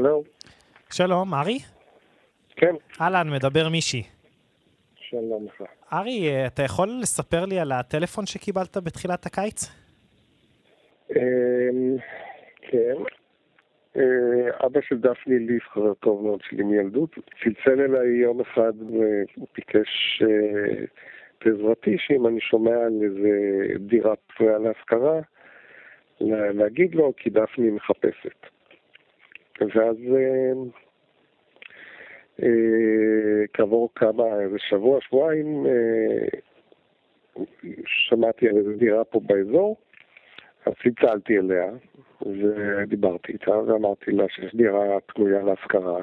הלו. שלום, ארי? כן. אהלן, מדבר מישי. שלום לך. ארי, אתה יכול לספר לי על הטלפון שקיבלת בתחילת הקיץ? כן. אבא של דפני ליף, חבר טוב מאוד שלי מילדות, צלצל אליי יום אחד והוא ביקש את עזרתי שאם אני שומע על איזה דירה פנויה להשכרה, להגיד לו כי דפני מחפשת. ואז כעבור איזה שבועיים, שמעתי על איזה דירה פה באזור, אז צלצלתי אליה ודיברתי איתה ואמרתי לה שיש דירה פנויה להשכרה,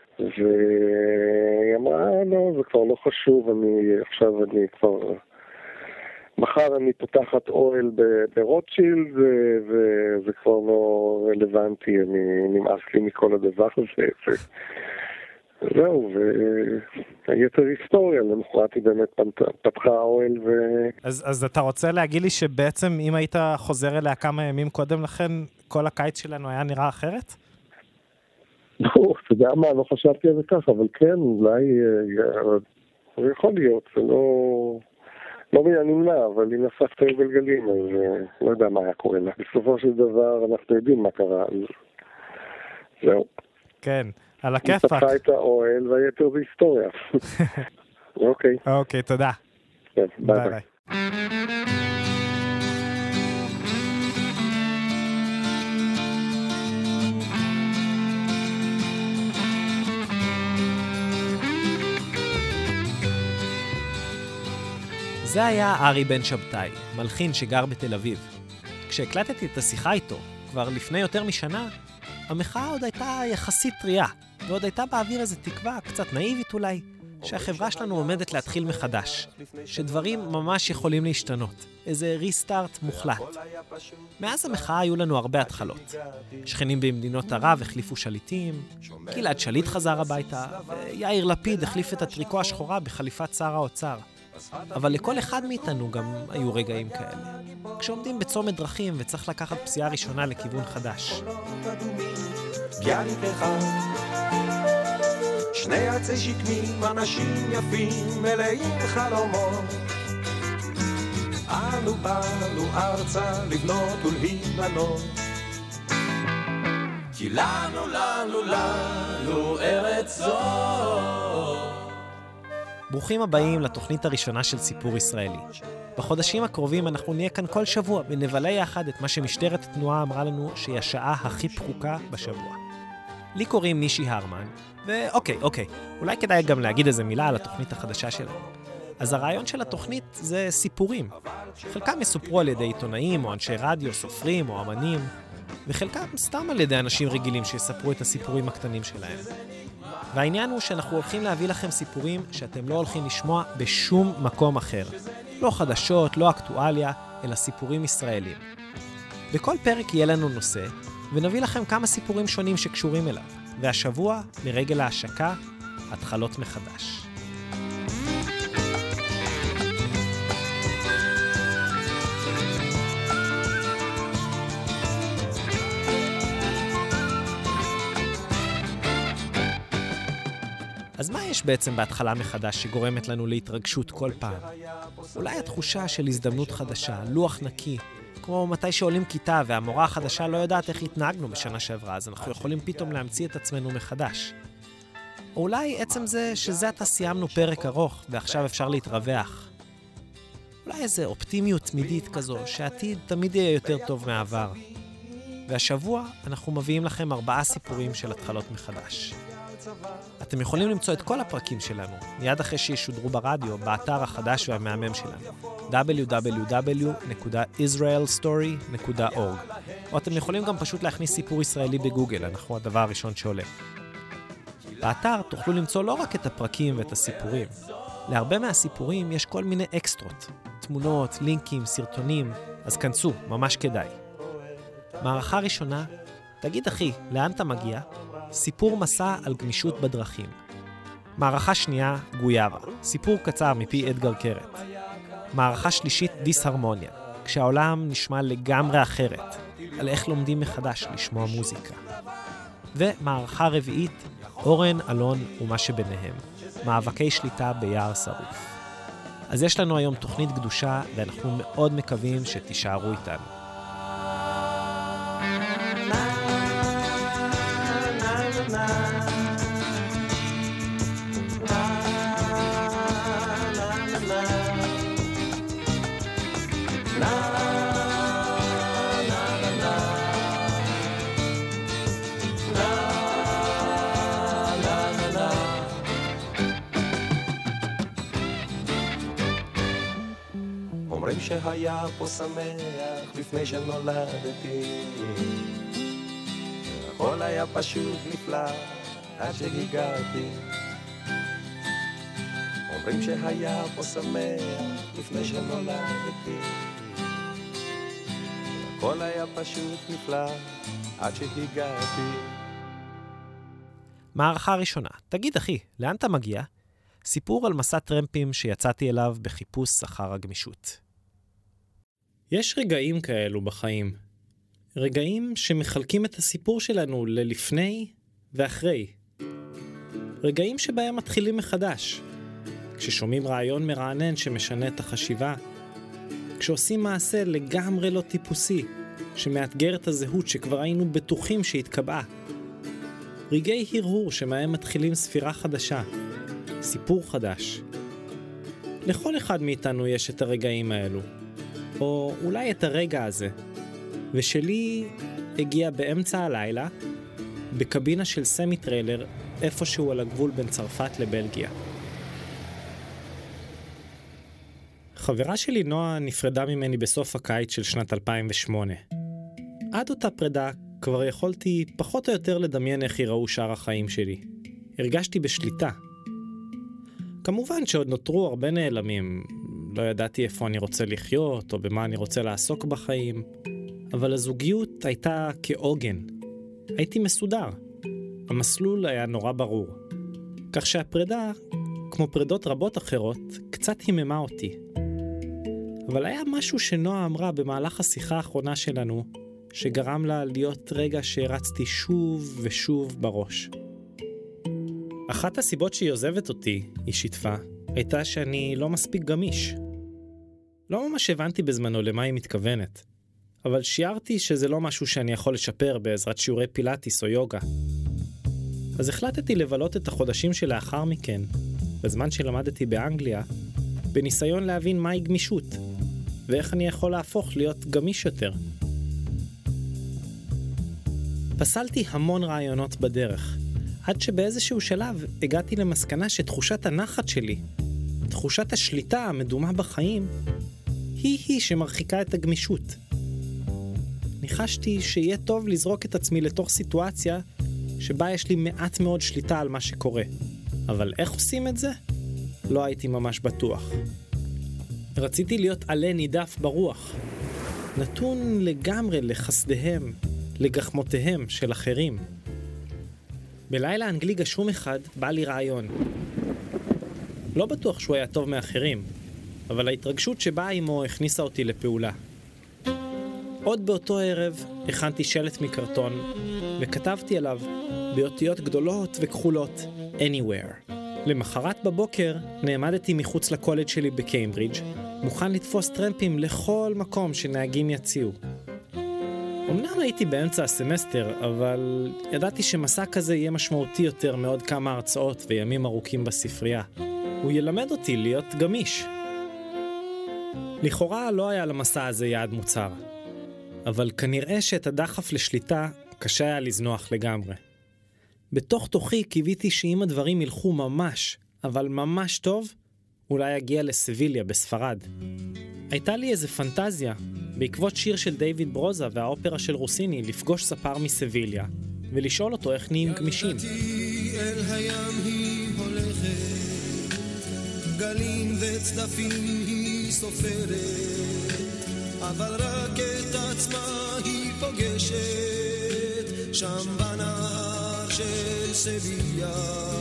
והיא אמרה, לא, זה כבר לא חשוב, עכשיו אני כבר, מחר אני פותחת אוהל ברוטשילד, וזה כבר לא רלוונטי, נמאס לי מכל הדבר הזה, זהו, והיתר היסטוריה, למחרת היא באמת פתחה האוהל אז אתה רוצה להגיד לי שבעצם אם היית חוזר אליה כמה ימים קודם לכן, כל הקיץ שלנו היה נראה אחרת? לא, אתה יודע מה, לא חשבתי על זה ככה, אבל כן, אולי, זה יכול להיות, זה לא היה נמנע, אבל אם נספת עם גלגלים, אז לא יודע מה היה קורה לה. בסופו של דבר אנחנו יודעים מה קרה, אז זהו. כן. על הכיפק. היא פתחה את האוהל והיתר זה היסטוריה. אוקיי. אוקיי, תודה. כן, ביי ביי. זה היה ארי בן שבתאי, מלחין שגר בתל אביב. כשהקלטתי את השיחה איתו, כבר לפני יותר משנה, המחאה עוד הייתה יחסית טריה, ועוד הייתה באוויר איזו תקווה, קצת נאיבית אולי, שהחברה שלנו עומדת להתחיל מחדש, שדברים ממש יכולים להשתנות, איזה ריסטארט מוחלט. מאז המחאה היו לנו הרבה התחלות. שכנים במדינות ערב החליפו שליטים, גלעד שליט חזר הביתה, ויאיר לפיד החליף את הטריקו השחורה בחליפת שר האוצר. אבל לכל אחד מאיתנו גם היו רגעים כאלה. כשעומדים בצומת דרכים וצריך לקחת פסיעה ראשונה לכיוון חדש. שני עצי שקמים, אנשים יפים, מלאים חלומות. אנו באנו ארצה לבנות ולהיבנות. כי לנו ארץ זו. ברוכים הבאים לתוכנית הראשונה של סיפור ישראלי. בחודשים הקרובים אנחנו נהיה כאן כל שבוע ונבלה יחד את מה שמשטרת התנועה אמרה לנו שהיא השעה הכי פחוקה בשבוע. לי קוראים מישי הרמן, ואוקיי, אולי כדאי גם להגיד איזה מילה על התוכנית החדשה שלנו. אז הרעיון של התוכנית זה סיפורים. חלקם יסופרו על ידי עיתונאים או אנשי רדיו, סופרים או אמנים, וחלקם סתם על ידי אנשים רגילים שיספרו את הסיפורים הקטנים שלהם. והעניין הוא שאנחנו הולכים להביא לכם סיפורים שאתם לא הולכים לשמוע בשום מקום אחר. לא חדשות, לא אקטואליה, אלא סיפורים ישראלים. בכל פרק יהיה לנו נושא, ונביא לכם כמה סיפורים שונים שקשורים אליו. והשבוע, לרגל ההשקה, התחלות מחדש. אז מה יש בעצם בהתחלה מחדש שגורמת לנו להתרגשות כל פעם? אולי התחושה של הזדמנות חדשה, לוח נקי, כמו מתי שעולים כיתה והמורה החדשה לא יודעת איך התנהגנו בשנה שעברה, אז אנחנו יכולים פתאום להמציא את עצמנו מחדש. או אולי עצם זה שזה עתה סיימנו פרק ארוך ועכשיו אפשר להתרווח. אולי איזו אופטימיות תמידית כזו שהעתיד תמיד יהיה יותר טוב מהעבר. והשבוע אנחנו מביאים לכם 4 סיפורים של התחלות מחדש. אתם יכולים למצוא את כל הפרקים שלנו, מיד אחרי שישודרו ברדיו, באתר החדש והמהמם שלנו, www.israelstory.org, או אתם יכולים גם פשוט להכניס סיפור ישראלי בגוגל, אנחנו הדבר הראשון שעולה. באתר תוכלו למצוא לא רק את הפרקים ואת הסיפורים, להרבה מהסיפורים יש כל מיני אקסטרות, תמונות, לינקים, סרטונים, אז כנסו, ממש כדאי. מערכה ראשונה, תגיד אחי, לאן אתה מגיע? סיפור מסע על גמישות בדרכים. מערכה שנייה, גויאבה. סיפור קצר מפי אדגר קרת. מערכה שלישית, דיסהרמוניה. כשהעולם נשמע לגמרי אחרת. על איך לומדים מחדש לשמוע מוזיקה. ומערכה רביעית, אורן, אלון ומה שביניהם, מאבקי שליטה ביער שרוף. אז יש לנו היום תוכנית קדושה, ואנחנו מאוד מקווים שתישארו איתנו. אומרים שהיה פה שמח לפני שנולדתי, הכל היה פשוט נפלא עד שהגעתי. אומרים שהיה פה שמח לפני שנולדתי, הכל היה פשוט נפלא עד שהגעתי. מערכה ראשונה. תגיד אחי, לאן אתה מגיע? סיפור על מסע טרמפים שיצאתי אליו בחיפוש אחר הגמישות. יש רגעים כאלו בחיים. רגעים שמחלקים את הסיפור שלנו ללפני ואחרי. רגעים שבהם מתחילים מחדש. כששומעים רעיון מרענן שמשנה את החשיבה. כשעושים מעשה לגמרי לא טיפוסי, שמאתגר את הזהות שכבר היינו בטוחים שהתקבעה. רגעי הרהור שמהם מתחילים ספירה חדשה. סיפור חדש. לכל אחד מאיתנו יש את הרגעים האלו. או אולי את הרגע הזה. ושלי הגיע באמצע הלילה, בקבינה של סמי טריילר, איפשהו על הגבול בין צרפת לבלגיה. חברה שלי נועה נפרדה ממני בסוף הקיץ של שנת 2008. עד אותה פרידה כבר יכולתי פחות או יותר לדמיין איך יראו שאר החיים שלי. הרגשתי בשליטה. כמובן שעוד נותרו הרבה נעלמים. לא ידעתי איפה אני רוצה לחיות או במה אני רוצה לעסוק בחיים. אבל הזוגיות הייתה כעוגן. הייתי מסודר. המסלול היה נורא ברור. כך שהפרידה, כמו פרידות רבות אחרות, קצת היממה אותי. אבל היה משהו שנועה אמרה במהלך השיחה האחרונה שלנו, שגרם לה להיות רגע שהרצתי שוב ושוב בראש. אחת הסיבות שהיא עוזבת אותי, היא שיתפה, הייתה שאני לא מספיק גמיש. לא ממש הבנתי בזמנו למה היא מתכוונת, אבל שיערתי שזה לא משהו שאני יכול לשפר בעזרת שיעורי פילאטיס או יוגה. אז החלטתי לבלות את החודשים שלאחר מכן, בזמן שלמדתי באנגליה, בניסיון להבין מהי גמישות, ואיך אני יכול להפוך להיות גמיש יותר. פסלתי המון רעיונות בדרך, עד שבאיזשהו שלב הגעתי למסקנה שתחושת הנחת שלי, תחושת השליטה המדומה בחיים, היא שמרחיקה את הגמישות. ניחשתי שיהיה טוב לזרוק את עצמי לתוך סיטואציה שבה יש לי מעט מאוד שליטה על מה שקורה. אבל איך עושים את זה? לא הייתי ממש בטוח. רציתי להיות עלה נידף ברוח, נתון לגמרי לחסדיהם, לגחמותיהם של אחרים. בלילה אנגלי גשום אחד בא לי רעיון. לא בטוח שהוא היה טוב מאחרים, אבל ההתרגשות שבאה עמו הכניסה אותי לפעולה. עוד באותו ערב הכנתי שלט מקרטון וכתבתי עליו באותיות גדולות וכחולות Anywhere. למחרת בבוקר נעמדתי מחוץ לקולג' שלי בקיימברידג', מוכן לתפוס טרמפים לכל מקום שנהגים יציעו. אמנם הייתי באמצע הסמסטר, אבל ידעתי שמסע כזה יהיה משמעותי יותר מעוד כמה הרצאות וימים ארוכים בספרייה. הוא ילמד אותי להיות גמיש. לכאורה לא היה למסע הזה יעד מוצר, אבל כנראה שאת הדחף לשליטה קשה היה לזנוח לגמרי. בתוך תוכי קיוויתי שאם הדברים ילכו ממש, אבל ממש טוב, אולי אגיע לסביליה בספרד. הייתה לי איזה פנטזיה, בעקבות שיר של דיוויד ברוזה והאופרה של רוסיני, לפגוש ספר מסביליה, ולשאול אותו איך נהיים גמישים. אל הים היא הולכת, גלים וצדפים היא סופרת, אבל רק את עצמה היא פוגשת, שם בנהר של סביליה,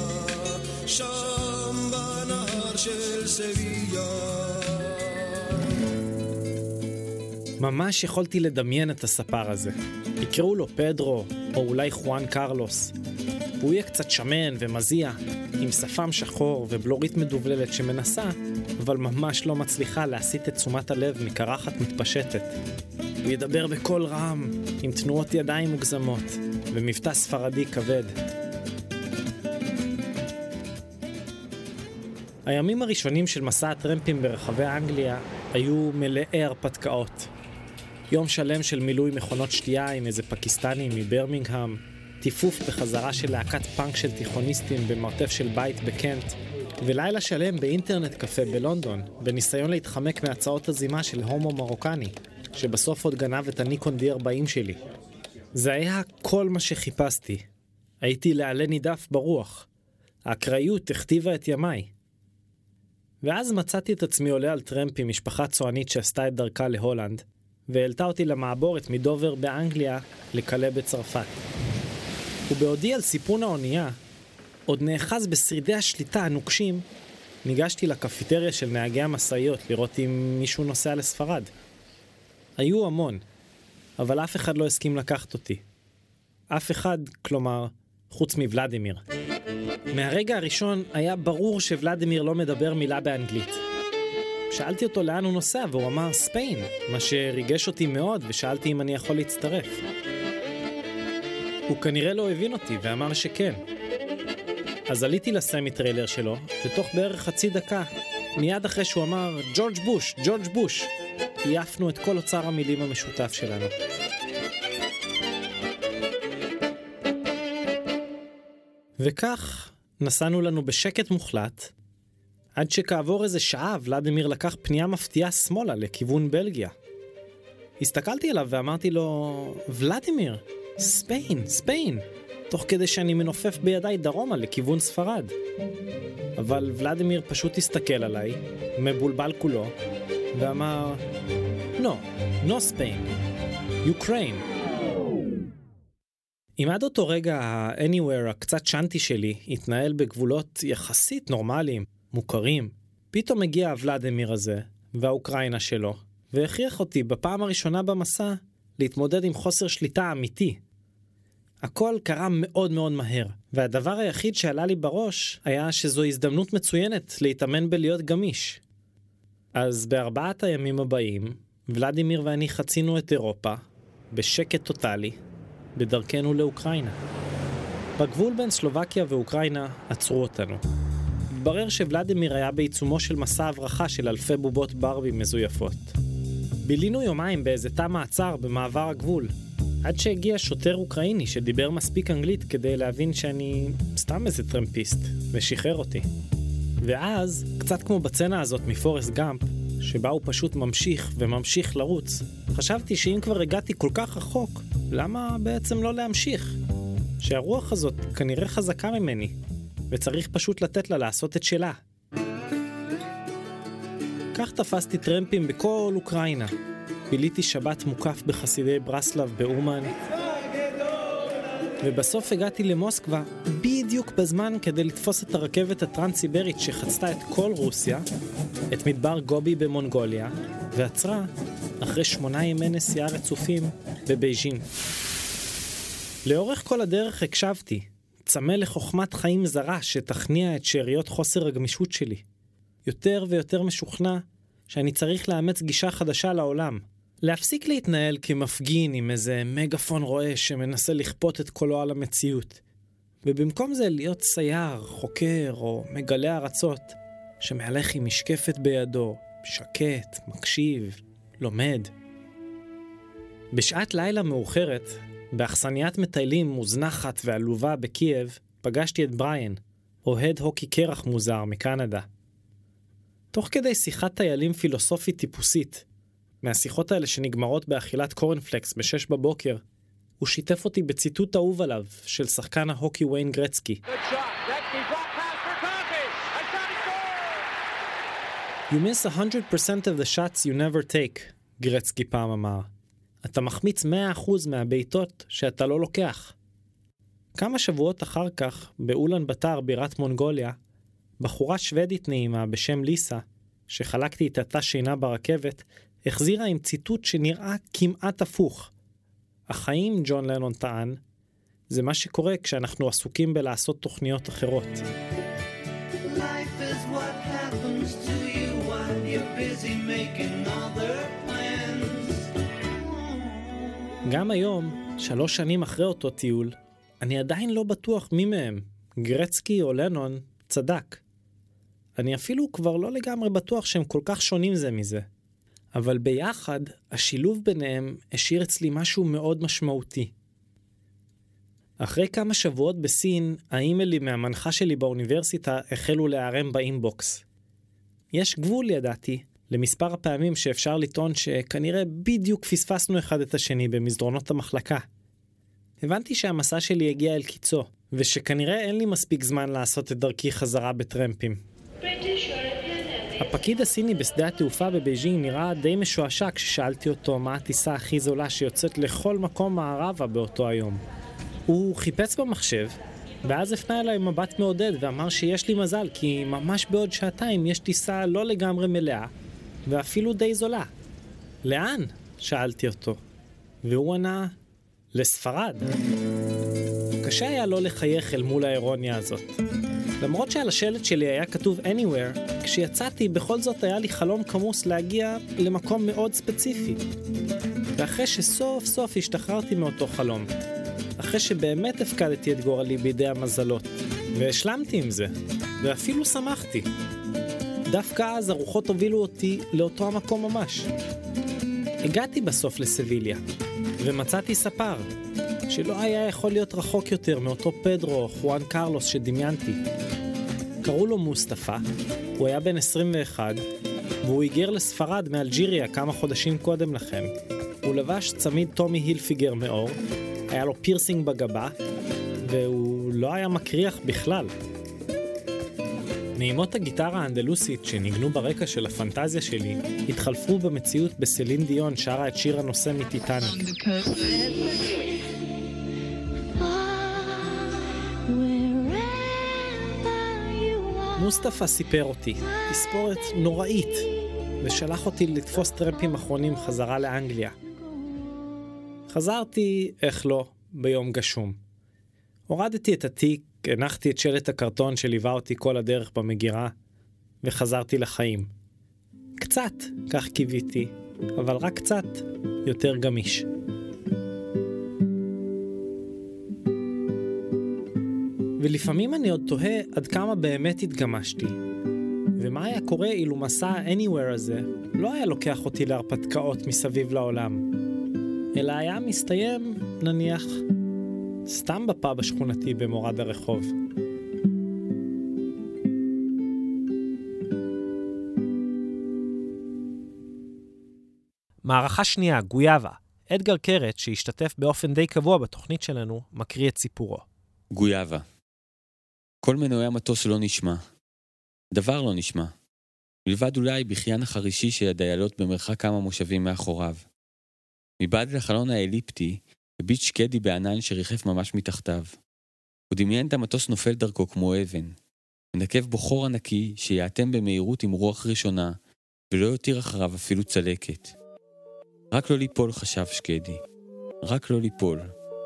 שם בנהר של סביליה. ממש יכולתי לדמיין את הספר הזה. יקראו לו פדרו, או אולי חואן קרלוס. והוא יהיה קצת שמן ומזיע, עם שפם שחור ובלורית מדובללת שמנסה, אבל ממש לא מצליחה להסיט את תשומת הלב מקרחת מתפשטת. הוא ידבר בקול רם, עם תנועות ידיים מוגזמות, ומבטא ספרדי כבד. הימים הראשונים של מסע הטרמפים ברחבי אנגליה היו מלאי הרפתקאות. יום שלם של מילוי מכונות שתייה עם איזה פקיסטני מברמינגהאם, טיפוף בחזרה של להקת פאנק של תיכוניסטים במרתף של בית בקנט, ולילה שלם באינטרנט קפה בלונדון, בניסיון להתחמק מהצעות הזימה של הומו מרוקני, שבסוף עוד גנב את הניקון D40 שלי. זה היה כל מה שחיפשתי. הייתי לעלה נידף ברוח. האקראיות הכתיבה את ימיי. ואז מצאתי את עצמי עולה על טרמפ עם משפחה צוענית שעשתה את דרכה להולנד, והעלתה אותי למעבורת מדובר באנגליה לקלה בצרפת. ובעודי על סיפון האונייה, עוד נאחז בשרידי השליטה הנוקשים, ניגשתי לקפיטריה של נהגי המסעיות לראות אם מישהו נוסע לספרד. היו המון, אבל אף אחד לא הסכים לקחת אותי. אף אחד, כלומר, חוץ מוולדימיר. מהרגע הראשון היה ברור שוולדימיר לא מדבר מילה באנגלית. שאלתי אותו לאן הוא נוסע, והוא אמר ספיין, מה שריגש אותי מאוד, ושאלתי אם אני יכול להצטרף. הוא כנראה לא הבין אותי, ואמר שכן. אז עליתי לסמי טריילר שלו, ותוך בערך חצי דקה, מיד אחרי שהוא אמר ג'ורג' בוש, ג'ורג' בוש, עייפנו את כל אוצר המילים המשותף שלנו. וכך נסענו לנו בשקט מוחלט, עד שכעבור איזה שעה ולדימיר לקח פנייה מפתיעה שמאלה לכיוון בלגיה. הסתכלתי עליו ואמרתי לו, ולדימיר, ספיין, ספיין, תוך כדי שאני מנופף בידיי דרומה לכיוון ספרד. אבל ולדימיר פשוט הסתכל עליי, מבולבל כולו, ואמר, no ספיין, יוקריין. אם עד אותו רגע ה-anywhere הקצת שנטי שלי התנהל בגבולות יחסית נורמליים, מוכרים, פתאום הגיע ולדימיר הזה והאוקראינה שלו, והכריח אותי בפעם הראשונה במסע להתמודד עם חוסר שליטה אמיתי. הכל קרה מאוד מאוד מהר, והדבר היחיד שעלה לי בראש היה שזו הזדמנות מצוינת להתאמן בלהיות גמיש. אז בארבעת הימים הבאים, ולדימיר ואני חצינו את אירופה, בשקט טוטלי, בדרכנו לאוקראינה. בגבול בין סלובקיה ואוקראינה עצרו אותנו. התברר שוולדימיר היה בעיצומו של מסע הברחה של אלפי בובות ברבי מזויפות. בילינו יומיים באיזה תא מעצר במעבר הגבול, עד שהגיע שוטר אוקראיני שדיבר מספיק אנגלית כדי להבין שאני סתם איזה טרמפיסט, ושחרר אותי. ואז, קצת כמו בצנה הזאת מפורסט גאמפ, שבה הוא פשוט ממשיך וממשיך לרוץ, חשבתי שאם כבר הגעתי כל כך רחוק, למה בעצם לא להמשיך? שהרוח הזאת כנראה חזקה ממני, וצריך פשוט לתת לה לעשות את שלה. כך תפסתי טרמפים בכל אוקראינה. ביליתי שבת מוקף בחסידי ברסלב באומן, ובסוף הגעתי למוסקבה בדיוק בזמן כדי לתפוס את הרכבת הטרנס-סיברית שחצתה את כל רוסיה, את מדבר גובי במונגוליה, ועצרה אחרי 8 ימי נסיעה רצופים בבייג'ין. לאורך כל הדרך הקשבתי, צמא לחוכמת חיים זרה שתכניע את שאריות חוסר הגמישות שלי. יותר ויותר משוכנע שאני צריך לאמץ גישה חדשה לעולם. להפסיק להתנהל כמפגין עם איזה מגפון רועש שמנסה לכפות את קולו על המציאות. ובמקום זה להיות סייר, חוקר או מגלה ארצות שמהלך עם משקפת בידו, שקט, מקשיב, לומד. בשעת לילה מאוחרת, באכסניית מטיילים מוזנחת ועלובה בקייב, פגשתי את בריין, אוהד הוקי קרח מוזר מקנדה. תוך כדי שיחת טיילים פילוסופית טיפוסית, מהשיחות האלה שנגמרות באכילת קורנפלקס ב-6 בבוקר, הוא שיתף אותי בציטוט אהוב עליו של שחקן ההוקי ויין גרצקי. You miss 100% of the shots you never take, גרצקי פעם אמר. אתה מחמיץ 100% מהבעיטות שאתה לא לוקח. כמה שבועות אחר כך, באולן בתר בירת מונגוליה, בחורה שוודית נעימה בשם ליסה, שחלקתי איתה תא שינה ברכבת, החזירה עם ציטוט שנראה כמעט הפוך. החיים, ג'ון לנון טען, זה מה שקורה כשאנחנו עסוקים בלעשות תוכניות אחרות. Life is what happens to you while you're busy making other plans. גם היום, 3 שנים אחרי אותו טיול, אני עדיין לא בטוח מי מהם, גרצקי או לנון, צדק. אני אפילו כבר לא לגמרי בטוח שהם כל כך שונים זה מזה. אבל ביחד, השילוב ביניהם השאיר אצלי משהו מאוד משמעותי. אחרי כמה שבועות בסין, האימיילים מהמנחה שלי באוניברסיטה החלו להיערם באינבוקס. יש גבול, ידעתי, למספר הפעמים שאפשר לטעון שכנראה בדיוק פספסנו אחד את השני במסדרונות המחלקה. הבנתי שהמסע שלי הגיע אל קיצו, ושכנראה אין לי מספיק זמן לעשות את דרכי חזרה בטרמפים. הפקיד הסיני בשדה התעופה בבייג'ינג נראה די משועשע כששאלתי אותו מה הטיסה הכי זולה שיוצאת לכל מקום מערבה באותו היום. הוא חיפש במחשב, ואז הפנה אליי מבט מעודד ואמר שיש לי מזל, כי ממש בעוד 2 שעתיים יש טיסה לא לגמרי מלאה, ואפילו די זולה. לאן? שאלתי אותו. והוא ענה, לספרד. קשה היה לא לחייך אל מול האירוניה הזאת. למרות שעל השלט שלי היה כתוב anywhere, כשיצאתי בכל זאת היה לי חלום כמוס להגיע למקום מאוד ספציפי. ואחרי שסוף סוף השתחררתי מאותו חלום, אחרי שבאמת הפקדתי את גורלי בידי המזלות, והשלמתי עם זה, ואפילו שמחתי. דווקא אז הרוחות הובילו אותי לאותו המקום ממש. הגעתי בסוף לסביליה, ומצאתי ספר, שלא היה יכול להיות רחוק יותר מאותו פדרו, חואן קרלוס שדמיינתי. קראו לו מוסטפה, הוא היה בן 21, והוא היגר לספרד מאלג'יריה כמה חודשים קודם לכן. הוא לבש צמיד טומי הילפיגר מאור, היה לו פירסינג בגבה, והוא לא היה מקריח בכלל. נעימות הגיטרה האנדלוסית שניגנו ברקע של הפנטזיה שלי, התחלפו במציאות בסלין דיון שרה את שיר הנושא מטיטניק. מוסטפה סיפר אותי, תספורת נוראית, ושלח אותי לתפוס טרמפים אחרונים חזרה לאנגליה. חזרתי, איך לא, ביום גשום. הורדתי את התיק, הנחתי את שלט הקרטון שליווה אותי כל הדרך במגירה, וחזרתי לחיים. קצת, כך קיוויתי, אבל רק קצת יותר גמיש. ולפעמים אני עוד תוהה עד כמה באמת התגמשתי. ומה היה קורה אילו מסע ה-anywhere הזה לא היה לוקח אותי להרפתקאות מסביב לעולם, אלא היה מסתיים, נניח, סתם בפאב השכונתי במורד הרחוב. מערכה שנייה, גויאבה. אדגר קרת, שהשתתף באופן די קבוע בתוכנית שלנו, מקריא את סיפורו. גויאבה. כל מנועי המטוס לא נשמע. דבר לא נשמע. מלבד אולי בחיין החרישי של הדיילות במרחק כמה מושבים מאחוריו. מבעד לחלון האליפטי, הביט שקדי בענן שריחף ממש מתחתיו. הוא דמיין את המטוס נופל דרכו כמו אבן. מנקב בו חור ענקי שיעתם במהירות עם רוח ראשונה, ולא יותיר אחריו אפילו צלקת. רק לא ליפול, חשב שקדי. רק לא ליפול.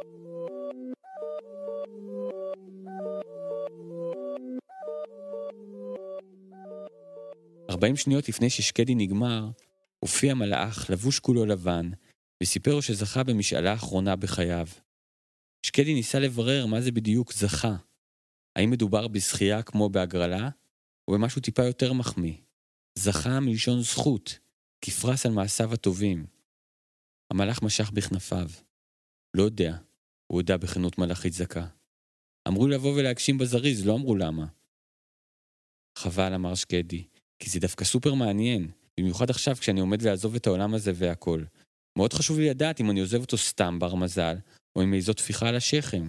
"40 שניות לפני ששקדי נגמר, הופיע מלאך לבוש כולו לבן, וסיפר לו שזכה במשאלה האחרונה בחייו. שקדי ניסה לברר מה זה בדיוק זכה. האם מדובר בזכייה כמו בהגרלה, או במשהו טיפה יותר מחמיא. זכה מלשון זכות, כפרס על מעשיו הטובים. המלאך משך בכנפיו. לא יודע, הוא הודע בכנות מלאכית זכה. אמרו לבוא ולהגשים בזריז, לא אמרו למה. חבל, אמר שקדי, כי זה דווקא סופר מעניין, במיוחד עכשיו כשאני עומד לעזוב את העולם הזה והכל. מאוד חשוב לי לדעת אם אני עוזב אותו סתם בר מזל, או עם איזו תפיחה על השכם.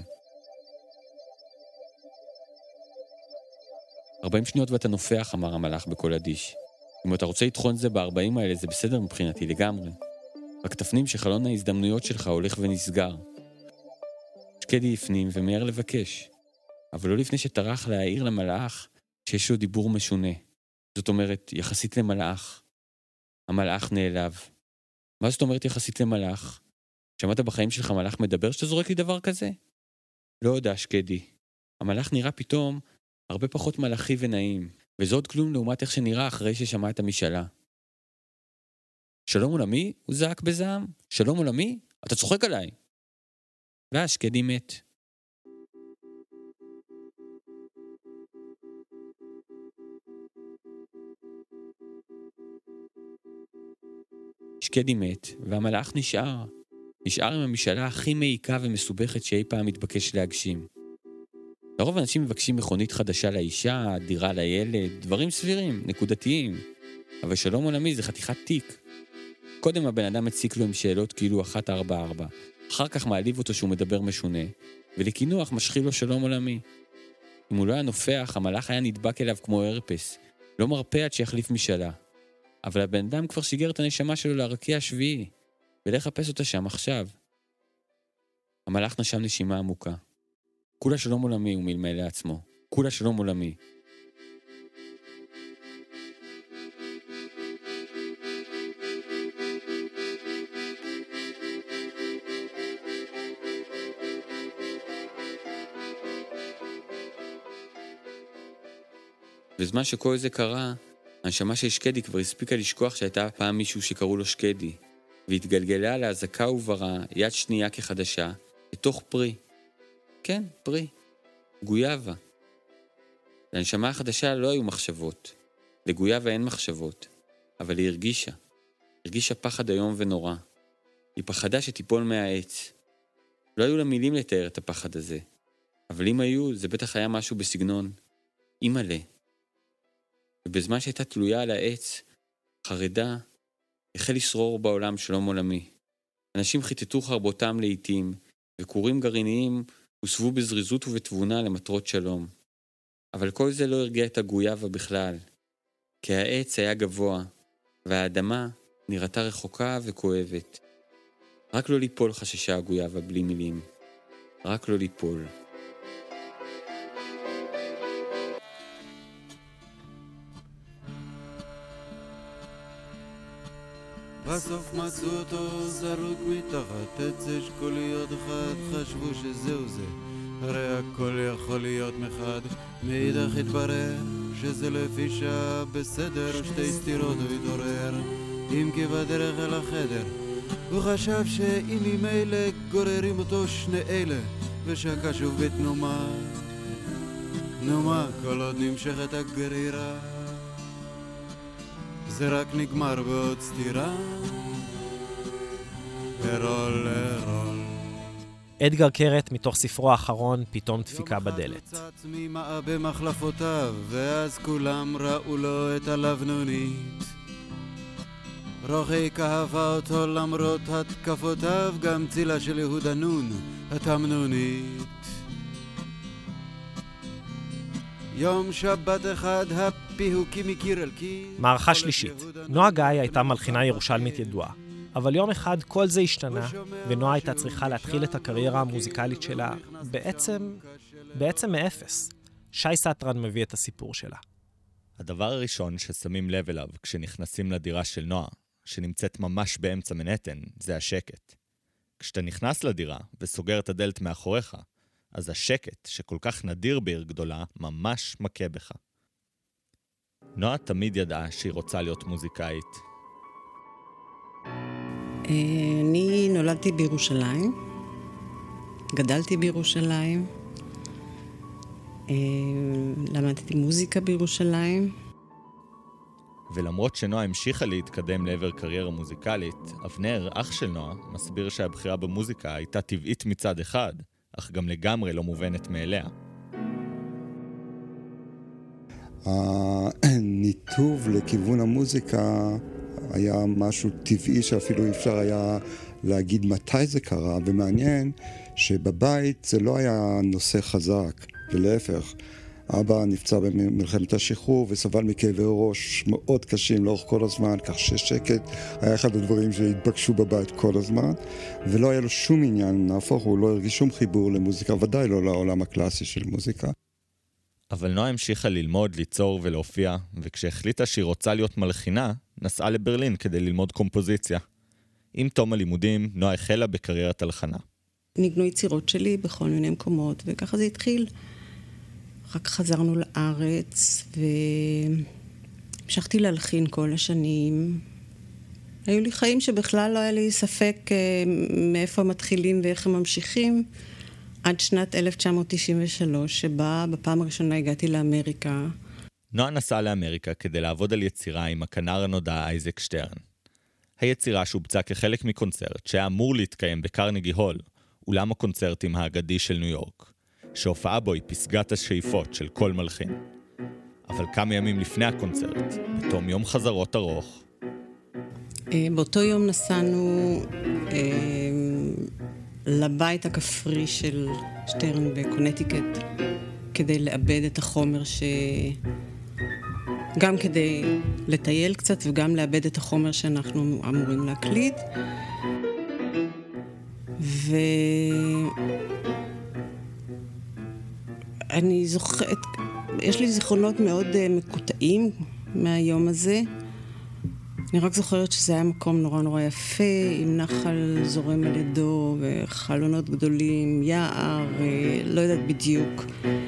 40 שניות ואתה נופח, אמר המלאך בקול אדיש. אם אתה רוצה לתחון זה ב-40 האלה, זה בסדר מבחינתי לגמרי. רק תפנים שחלון ההזדמנויות שלך הולך ונסגר. שקדי הפנים ומהר לבקש, אבל לא לפני שטרח להעיר למלאך שיש לו דיבור משונה. זאת אומרת, יחסית למלאך. המלאך נעלב. מה זאת אומרת יחסית למלאך? שמעת בחיים שלך מלאך מדבר שאתה זורק לי דבר כזה? לא יודע, שקדי. המלאך נראה פתאום הרבה פחות מלאכי ונעים, וזה עוד כלום לעומת איך שנראה אחרי ששמע את המשאלה. שלום עולמי? הוא זעק בזעם. שלום עולמי? אתה צוחק עליי. ואז שקדי מת. שקדי מת, והמלאך נשאר. נשאר עם המשאלה הכי מעיקה ומסובכת שאי פעם מתבקש להגשים. לרוב אנשים מבקשים מכונית חדשה לאישה, דירה לילד, דברים סבירים, נקודתיים. אבל שלום עולמי זה חתיכת תיק. קודם הבן אדם מציק לו עם שאלות כאילו 144, אחר כך מעליב אותו שהוא מדבר משונה, ולכינוח משחיל לו שלום עולמי. אם הוא לא היה נופח, המלאך היה נדבק אליו כמו הרפס, לא מרפא עד שיחליף משאלה. אבל הבן אדם כבר שיגר את הנשמה שלו לרקיע השביעי, ולחפש אותה שם עכשיו. המלאך נשם נשימה עמוקה. כולה שלום עולמי הוא מלמל לעצמו. כולה שלום עולמי. בזמן שכל זה קרה, הנשמה של שקדי כבר הספיקה לשכוח שהייתה פעם מישהו שקראו לו שקדי, והתגלגלה להזקה וברא, יד שנייה כחדשה, לתוך פרי. כן, פרי. גויאבה. לנשמה החדשה לא היו מחשבות. לגויאבה אין מחשבות. אבל היא הרגישה. הרגישה פחד היום ונורא. היא פחדה שתיפול מהעץ. לא היו לה מילים לתאר את הפחד הזה. אבל אם היו, זה בטח היה משהו בסגנון. אימאלה. ובזמן שהייתה תלויה על העץ, חרדה, החל לשרור בעולם שלום עולמי. אנשים חיטטו חרבותם לעתים, וכורים גרעיניים הוסבו בזריזות ובתבונה למטרות שלום. אבל כל זה לא הרגיע את הגויאבה בכלל, כי העץ היה גבוה, והאדמה נראתה רחוקה וכואבת. רק לא ליפול חששה הגויאבה בלי מילים. רק לא ליפול. בסוף מצאו אותו זרוק מתחת עץ אשכוליות אחד, חשבו שזהו זה, הרי הכל יכול להיות מחד. מאידך התברר שזה לפי שעה בסדר, שתי סתירות הוא התעורר, אם כי בדרך אל החדר הוא חשב שאם ממילא גוררים אותו שני אלה, ושקע שוב בתנומה. נומה כל עוד נמשכת הגרירה, זה רק נגמר בעוד סתירה. הרול, הרול. אדגר קרת מתוך ספרו האחרון, פתאום דפיקה בדלת. יום אחד מצא עצמי מעה במחלפותיו, ואז כולם ראו לו את הלבנונית. רוחי כאבה אותו למרות התקפותיו, גם צילה של יהודה נון, התמנונית. יום שבת אחד הפיהוקים מכיר אל כי... מערכה שלישית. נועה גיא הייתה מלחינה ירושלמית ידועה. אבל יום אחד כל זה השתנה, ונועה הייתה צריכה להתחיל את הקריירה המוזיקלית שלה בעצם מאפס. שי סטרן מביא את הסיפור שלה. הדבר הראשון ששמים לב אליו כשנכנסים לדירה של נועה, שנמצאת ממש באמצע מנהטן, זה השקט. כשאתה נכנס לדירה וסוגר את הדלת מאחוריך, אז השקט, שכל כך נדיר בעיר גדולה, ממש מכה בך. נועה תמיד ידעה שהיא רוצה להיות מוזיקאית. אני נולדתי בירושלים, גדלתי בירושלים, למדתי מוזיקה בירושלים. ולמרות שנועה המשיכה להתקדם לעבר קריירה מוזיקלית, אבנר, אח של נועה, מסביר שהבחירה במוזיקה הייתה טבעית מצד אחד, אך גם לגמרי לא מובנת מאליה. הניתוב לכיוון המוזיקה היה משהו טבעי שאפילו אפשר היה להגיד מתי זה קרה, ומעניין שבבית זה לא היה נושא חזק, ולהפך. אבא נפצע במלחמת השחרור וסבל מכאבי ראש מאוד קשים לאורך כל הזמן, כך ששקט היה אחד הדברים שהתבקשו בבית כל הזמן, ולא היה לו שום עניין, נהפוך, הוא לא הרגיש שום חיבור למוזיקה, ודאי לא לעולם הקלאסי של מוזיקה. אבל נועה המשיכה ללמוד, ליצור ולהופיע, וכשהחליטה שהיא רוצה להיות מלחינה, נסעה לברלין כדי ללמוד קומפוזיציה. עם תום הלימודים, נועה החלה בקריירת הלחנה. ניגנו יצירות שלי בכל מיני מקומות, וככה זה התחיל. רק חזרנו לארץ, והמשכתי להלחין כל השנים. היו לי חיים שבכלל לא היה לי ספק מאיפה הם מתחילים ואיך הם ממשיכים, עד שנת 1993, שבה בפעם הראשונה הגעתי לאמריקה. נועה נסעה לאמריקה כדי לעבוד על יצירה עם הכנר הנודע אייזק שטרן. היצירה שהובצעה כחלק מקונצרט שהיה אמור להתקיים בקרנגי הול, אולם הקונצרטים האגדי של ניו יורק, שהופעה בו היא פסגת השאיפות של כל מלחין. אבל כמה ימים לפני הקונצרט, בתום יום חזרות ארוך, באותו יום נסענו לבית הכפרי של שטרן בקונטיקט, כדי לאבד את החומר גם כדי לטייל קצת וגם לאבד את החומר שאנחנו אמורים להקליט. ואני זוכרת, יש לי זיכרונות מאוד מקוטעים מהיום הזה. אני רק זוכרת שזה היה מקום נורא נורא יפה, עם נחל זורם על ידו וחלונות גדולים, יער, לא יודעת בדיוק.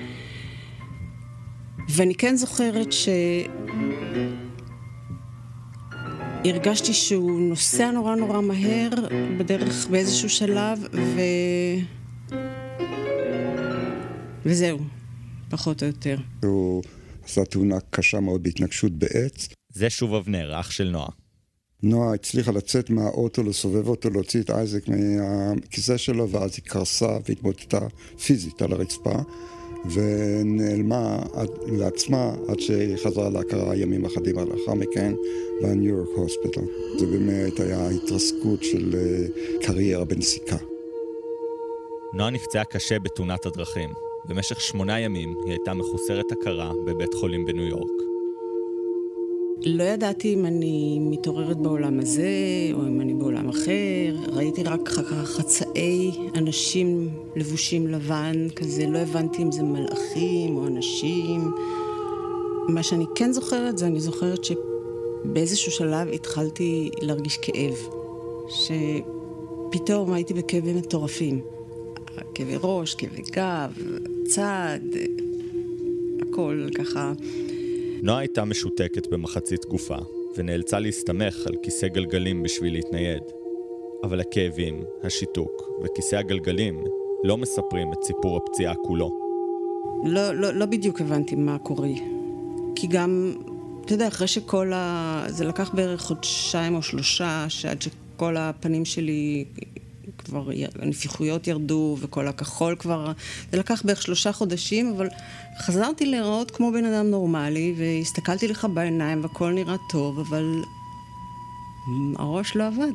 ואני כן זוכרת הרגשתי שהוא נוסע נורא נורא מהר בדרך באיזשהו שלב, וזהו, פחות או יותר. הוא עשה תאונה קשה מאוד בהתנגשות בעץ. זה שוב אבנר, אח של נועה. נועה הצליחה לצאת מהאוטו, לסובב אותו, להוציא את אייזק מהכיסא שלו, ואז היא קרסה והתמוטטה פיזית על הרצפה, ונעלמה לעצמה עד שהיא חזרה להכרה ימים אחדים לאחר מכן בניו יורק הוספיטל. זה באמת היה התרסקות של קריירה בנסיקה. נועה נפצעה קשה בתאונת הדרכים. במשך 8 ימים היא הייתה מחוסרת הכרה בבית חולים בניו יורק. לא ידעתי אם אני מתעוררת בעולם הזה או אם אני בעולם אחר. ראיתי רק חצאי אנשים לבושים לבן כזה, לא הבנתי אם זה מלאכים או אנשים. מה שאני כן זוכרת זה, אני זוכרת שבאיזשהו שלב התחלתי להרגיש כאב, שפתאום הייתי בכאבים מטורפים. כאבי ראש, כאבי גב, צד, הכל ככה. נועה הייתה משותקת במחצית גופה, ונאלצה להסתמך על כיסא גלגלים בשביל להתנייד. אבל הכאבים, השיתוק וכיסא הגלגלים לא מספרים את סיפור הפציעה כולו. לא בדיוק הבנתי מה קורה. כי גם, אתה יודע, אחרי שכל זה לקח בערך 2 או 3 שעד שכל הפנים שלי כבר, הנפיחויות ירדו וכל הכחול כבר, זה לקח בערך 3 חודשים, אבל חזרתי להיראות כמו בן אדם נורמלי, והסתכלתי לך בעיניים והכל נראה טוב, אבל הראש לא עבד.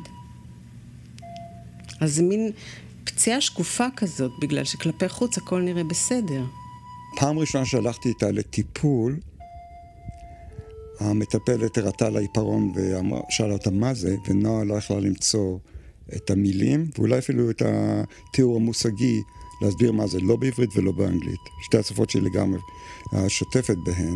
אז זה מין פציעה שקופה כזאת, בגלל שכלפי חוץ הכל נראה בסדר. פעם ראשונה שהלכתי איתה לטיפול, המטפלת הראתה לה עיפרון ושאלה אותה מה זה, ונועה לא יכלה למצוא את המילים, ואולי אפילו את התיאור המושגי להסביר מה זה, לא בעברית ולא באנגלית. שתי השפות שהיא לגמרי שוטפת בהן.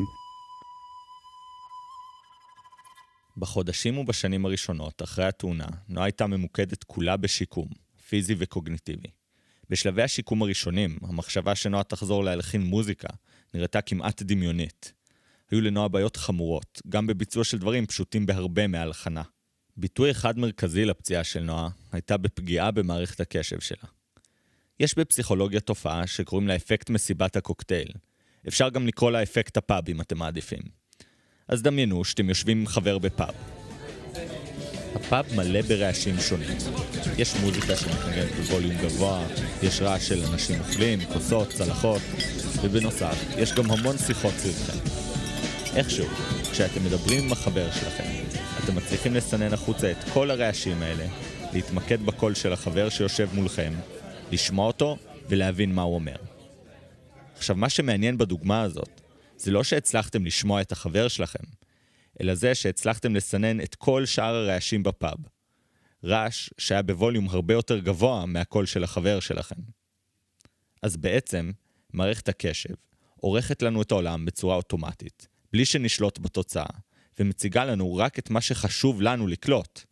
בחודשים ובשנים הראשונות, אחרי התאונה, נועה הייתה ממוקדת כולה בשיקום, פיזי וקוגניטיבי. בשלבי השיקום הראשונים, המחשבה שנועה תחזור להלחין מוזיקה נראתה כמעט דמיונית. היו לנועה בעיות חמורות, גם בביצוע של דברים פשוטים בהרבה מההלחנה. ביטוי אחד מרכזי לפציעה של נועה הייתה בפגיעה במערכת הקשב שלה. יש בפסיכולוגיה תופעה שקוראים לה אפקט מסיבת הקוקטייל. אפשר גם לקרוא לה אפקט הפאב אם אתם מעדיפים. אז דמיינו שאתם יושבים עם חבר בפאב. הפאב מלא ברעשים שונים. יש מוזיקה שמתנגנת בווליום גבוה, יש רעש של אנשים אוכלים, כוסות, צלחות, ובנוסף, יש גם המון שיחות סביבכם. איכשהו, כשאתם מדברים עם החבר שלכם, אתם מצליחים לסנן החוצה את כל הרעשים האלה, להתמקד בקול של החבר שיושב מולכם, לשמוע אותו ולהבין מה הוא אומר. עכשיו, מה שמעניין בדוגמה הזאת, זה לא שהצלחתם לשמוע את החבר שלכם, אלא זה שהצלחתם לסנן את כל שאר הרעשים בפאב. רעש שהיה בווליום הרבה יותר גבוה מהקול של החבר שלכם. אז בעצם, מערכת הקשב עורכת לנו את העולם בצורה אוטומטית, בלי שנשלוט בתוצאה, ומציגה לנו רק את מה שחשוב לנו לקלוט.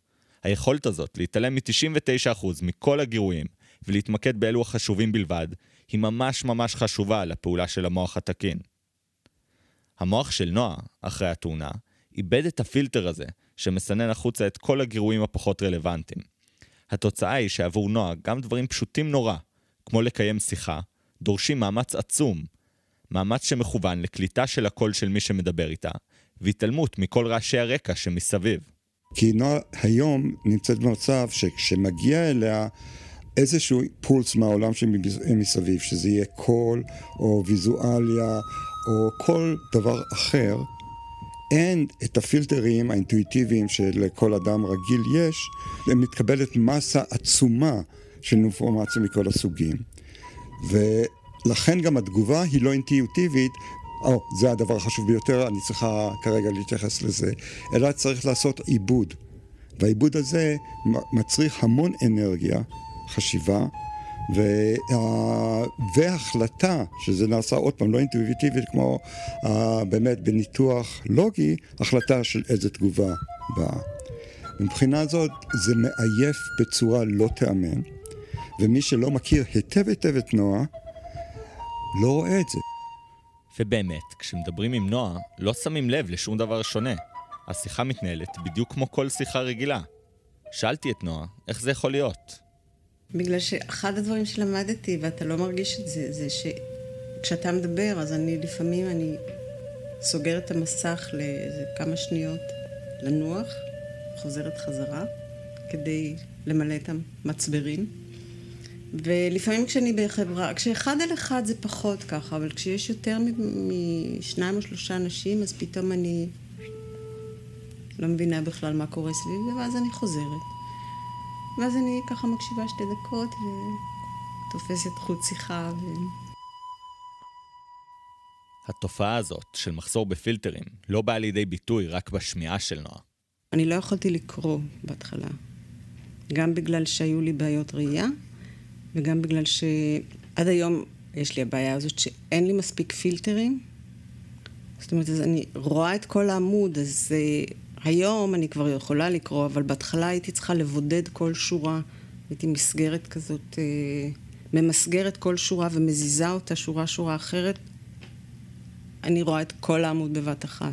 היכולת הזאת להתעלם מ-99% מכל הגירויים ולהתמקד באלו החשובים בלבד, היא ממש ממש חשובה לפעולה של המוח התקין. המוח של נועה, אחרי התאונה, איבד את הפילטר הזה שמסנן החוצה את כל הגירויים הפחות רלוונטיים. התוצאה היא שעבור נועה גם דברים פשוטים נורא, כמו לקיים שיחה, דורשים מאמץ עצום, מאמץ שמכוון לקליטה של הקול של מי שמדבר איתה, והתעלמות מכל רעשי הרקע שמסביב. כי נועה היום נמצאת במצב שכשמגיע אליה איזשהו פולס מהעולם שמסביב, שזה יהיה קול או ויזואליה או כל דבר אחר, אין את הפילטרים האינטואיטיביים שלכל אדם רגיל יש, ומתקבלת מסה עצומה של אינפורמציה מכל הסוגים. ולכן גם התגובה היא לא אינטואיטיבית, זה הדבר החשוב ביותר, אני צריכה כרגע להתייחס לזה, אלא צריך לעשות עיבוד. והעיבוד הזה מצריך המון אנרגיה, חשיבה, והחלטה, שזה נעשה עוד פעם לא אינטואיטיבית כמו באמת בניתוח לוגי, החלטה של איזה תגובה באה. מבחינה זאת זה מעייף בצורה לא תאמן, ומי שלא מכיר היטב היטב את נועה, לא רואה את זה. ובאמת, כשמדברים עם נועה, לא שמים לב לשום דבר שונה. השיחה מתנהלת בדיוק כמו כל שיחה רגילה. שאלתי את נועה, איך זה יכול להיות? בגלל שאחד הדברים שלמדתי, ואתה לא מרגיש את זה, זה שכשאתה מדבר, אז לפעמים אני סוגרת את המסך לאיזה כמה שניות לנוח, חוזרת חזרה, כדי למלא את המצברים. ולפעמים כשאני בחברה, כשאחד על אחד זה פחות ככה, אבל כשיש יותר משניים או שלושה אנשים, אז פתאום אני לא מבינה בכלל מה קורה סביבי, ואז אני חוזרת. ואז אני ככה מקשיבה 2 דקות ותופסת חוט שיחה. התופעה הזאת של מחסור בפילטרים לא באה לידי ביטוי רק בשמיעה של נועה. אני לא יכולתי לקרוא בהתחלה. גם בגלל שהיו לי בעיות ראייה, וגם בגלל שעד היום יש לי הבעיה הזאת שאין לי מספיק פילטרים. זאת אומרת, אז אני רואה את כל העמוד, אז היום אני כבר יכולה לקרוא, אבל בהתחלה הייתי צריכה לבודד כל שורה. הייתי מסגרת כזאת, ממסגרת כל שורה ומזיזה אותה שורה אחרת. אני רואה את כל העמוד בבת אחת.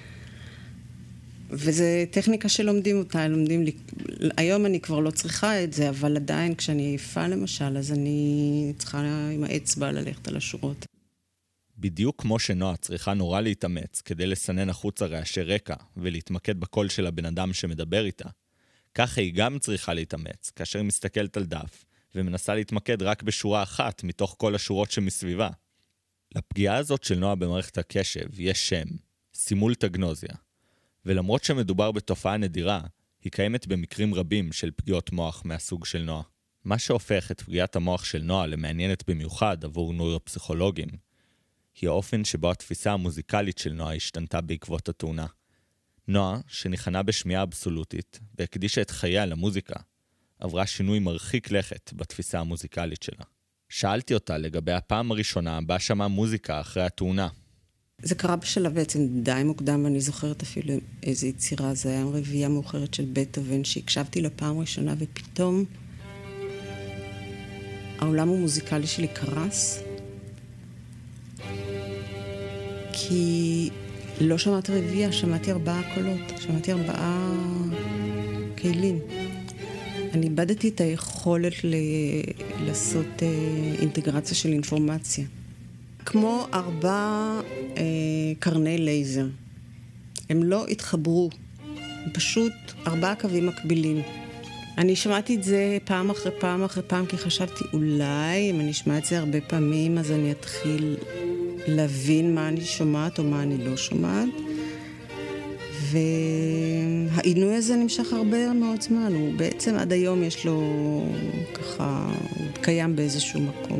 וזה טכניקה שלומדים אותה, היום אני כבר לא צריכה את זה, אבל עדיין כשאני עייפה למשל, אז אני צריכה עם האצבע ללכת על השורות. בדיוק כמו שנועה צריכה נורא להתאמץ כדי לסנן החוצה רעשי רקע ולהתמקד בקול של הבן אדם שמדבר איתה, ככה היא גם צריכה להתאמץ כאשר היא מסתכלת על דף ומנסה להתמקד רק בשורה אחת מתוך כל השורות שמסביבה. לפגיעה הזאת של נועה במערכת הקשב יש שם, סימולטגנוזיה. ולמרות שמדובר בתופעה נדירה, היא קיימת במקרים רבים של פגיעות מוח מהסוג של נועה. מה שהופך את פגיעת המוח של נועה למעניינת במיוחד עבור נוירופסיכולוגים, היא האופן שבו התפיסה המוזיקלית של נועה השתנתה בעקבות התאונה. נועה, שניחנה בשמיעה אבסולוטית והקדישה את חייה למוזיקה, עברה שינוי מרחיק לכת בתפיסה המוזיקלית שלה. שאלתי אותה לגבי הפעם הראשונה בה שמעה מוזיקה אחרי התאונה. זה קרה בשלב בעצם די מוקדם, ואני זוכרת אפילו איזו יצירה, זה היה רביעייה מאוחרת של בטהובן, שהקשבתי לפעם ראשונה, ופתאום העולם המוזיקלי שלי קרס, כי לא שמעתי רביעייה, שמעתי 4 קולות, שמעתי 4 כלים. אני איבדתי את היכולת לעשות אינטגרציה של אינפורמציה. כמו 4 קרני לייזר. הם לא התחברו, הם פשוט 4 קווים מקבילים. אני שמעתי את זה פעם אחרי פעם אחרי פעם, כי חשבתי אולי אם אני אשמע את זה הרבה פעמים, אז אני אתחיל להבין מה אני שומעת או מה אני לא שומעת. והעינוי הזה נמשך הרבה מאוד זמן, הוא בעצם עד היום יש לו ככה, הוא קיים באיזשהו מקום.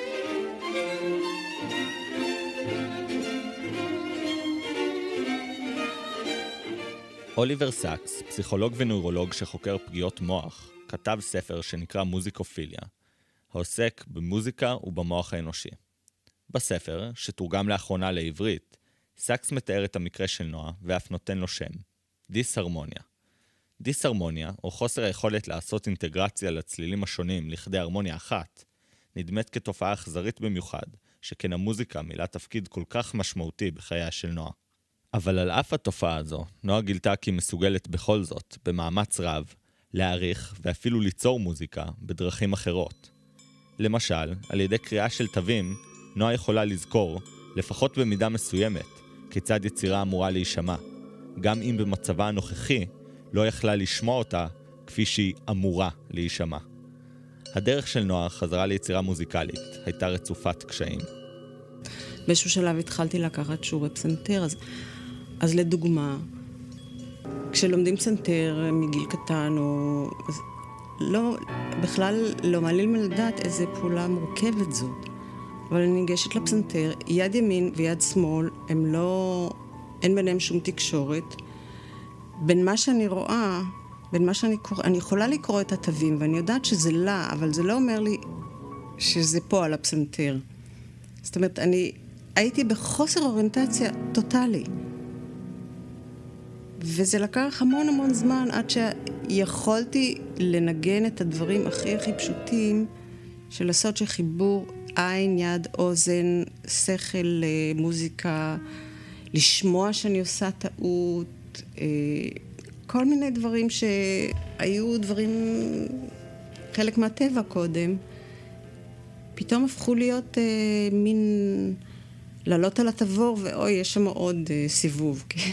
אוליבר סאקס, פסיכולוג ונוירולוג שחוקר פגיעות מוח, כתב ספר שנקרא מוזיקופיליה, העוסק במוזיקה ובמוח האנושי. בספר, שתורגם לאחרונה לעברית, סאקס מתאר את המקרה של נועה ואף נותן לו שם, דיסהרמוניה. דיסהרמוניה, או חוסר היכולת לעשות אינטגרציה לצלילים השונים לכדי הרמוניה אחת, נדמת כתופעה אכזרית במיוחד, שכן המוזיקה מילאה תפקיד כל כך משמעותי בחייה של נועה. אבל על אף התופעה הזו, נועה גילתה כי מסוגלת בכל זאת, במאמץ רב, להעריך ואפילו ליצור מוזיקה בדרכים אחרות. למשל, על ידי קריאה של תווים, נועה יכולה לזכור, לפחות במידה מסוימת, כיצד יצירה אמורה להישמע, גם אם במצבה הנוכחי לא יכלה לשמוע אותה כפי שהיא אמורה להישמע. הדרך של נועה חזרה ליצירה מוזיקלית, הייתה רצופת קשיים. באיזשהו שלב התחלתי לקחת שיעורי פסנתר, אז לדוגמה, כשלומדים פסנתר מגיל קטן, בכלל לא מעלים לדעת איזה פעולה מורכבת זאת. אבל אני ניגשת לפסנתר, יד ימין ויד שמאל, אין ביניהם שום תקשורת. בין מה שאני רואה, בין מה שאני קורא, אני יכולה לקרוא את התווים, ואני יודעת שזה לה, אבל זה לא אומר לי שזה פה על הפסנתר. זאת אומרת, אני הייתי בחוסר אוריינטציה טוטלי. וזה לקח המון המון זמן עד שיכולתי לנגן את הדברים הכי פשוטים של לעשות שחיבור עין, יד, אוזן, שכל, מוזיקה, לשמוע שאני עושה טעות, כל מיני דברים שהיו דברים חלק מהטבע קודם, פתאום הפכו להיות מין לעלות על התבור, ואוי, יש שם עוד סיבוב, כן.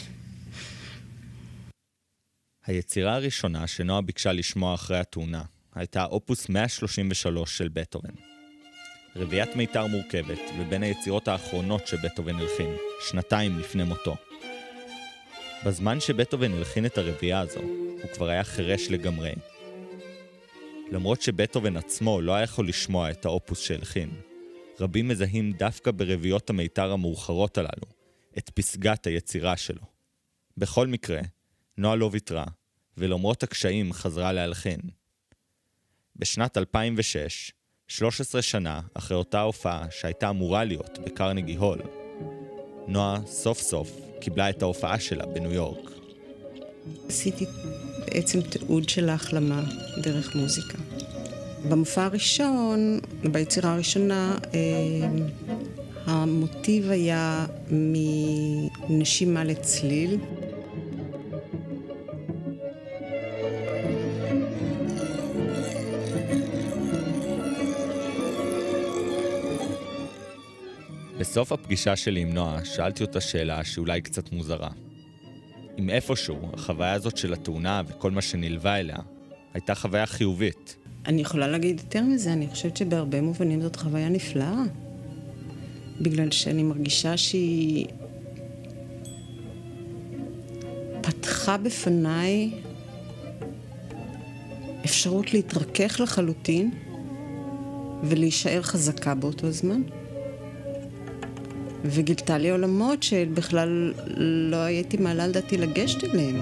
היצירה הראשונה שנועה ביקשה לשמוע אחרי התאונה הייתה אופוס 133 של בטהובן. רביעיית מיתר מורכבת ובין היצירות האחרונות שבטהובן הלחין, 2 לפני מותו. בזמן שבטהובן הלחין את הרביעייה הזו, הוא כבר היה חירש לגמרי. למרות שבטהובן עצמו לא היה יכול לשמוע את האופוס שהלחין, רבים מזהים דווקא ברביעיות המיתר המאוחרות הללו, את פסגת היצירה שלו. בכל מקרה, נועה לא ויתרה, ולמרות הקשיים חזרה להלחין. בשנת 2006, 13 שנה אחרי אותה הופעה שהייתה אמורה להיות בקרנגי הול, נועה סוף סוף קיבלה את ההופעה שלה בניו יורק. עשיתי בעצם תיעוד של ההחלמה דרך מוזיקה. במופע הראשון, ביצירה הראשונה, המוטיב היה מנשימה לצליל. בסוף הפגישה שלי עם נועה, שאלתי אותה שאלה שאולי קצת מוזרה. אם איפשהו, החוויה הזאת של התאונה וכל מה שנלווה אליה, הייתה חוויה חיובית. אני יכולה להגיד יותר מזה, אני חושבת שבהרבה מובנים זאת חוויה נפלאה. בגלל שאני מרגישה שהיא פתחה בפניי אפשרות להתרכך לחלוטין ולהישאר חזקה באותו זמן. וגילתה לי עולמות שבכלל לא הייתי מעלה לדעתי לגשת אליהם.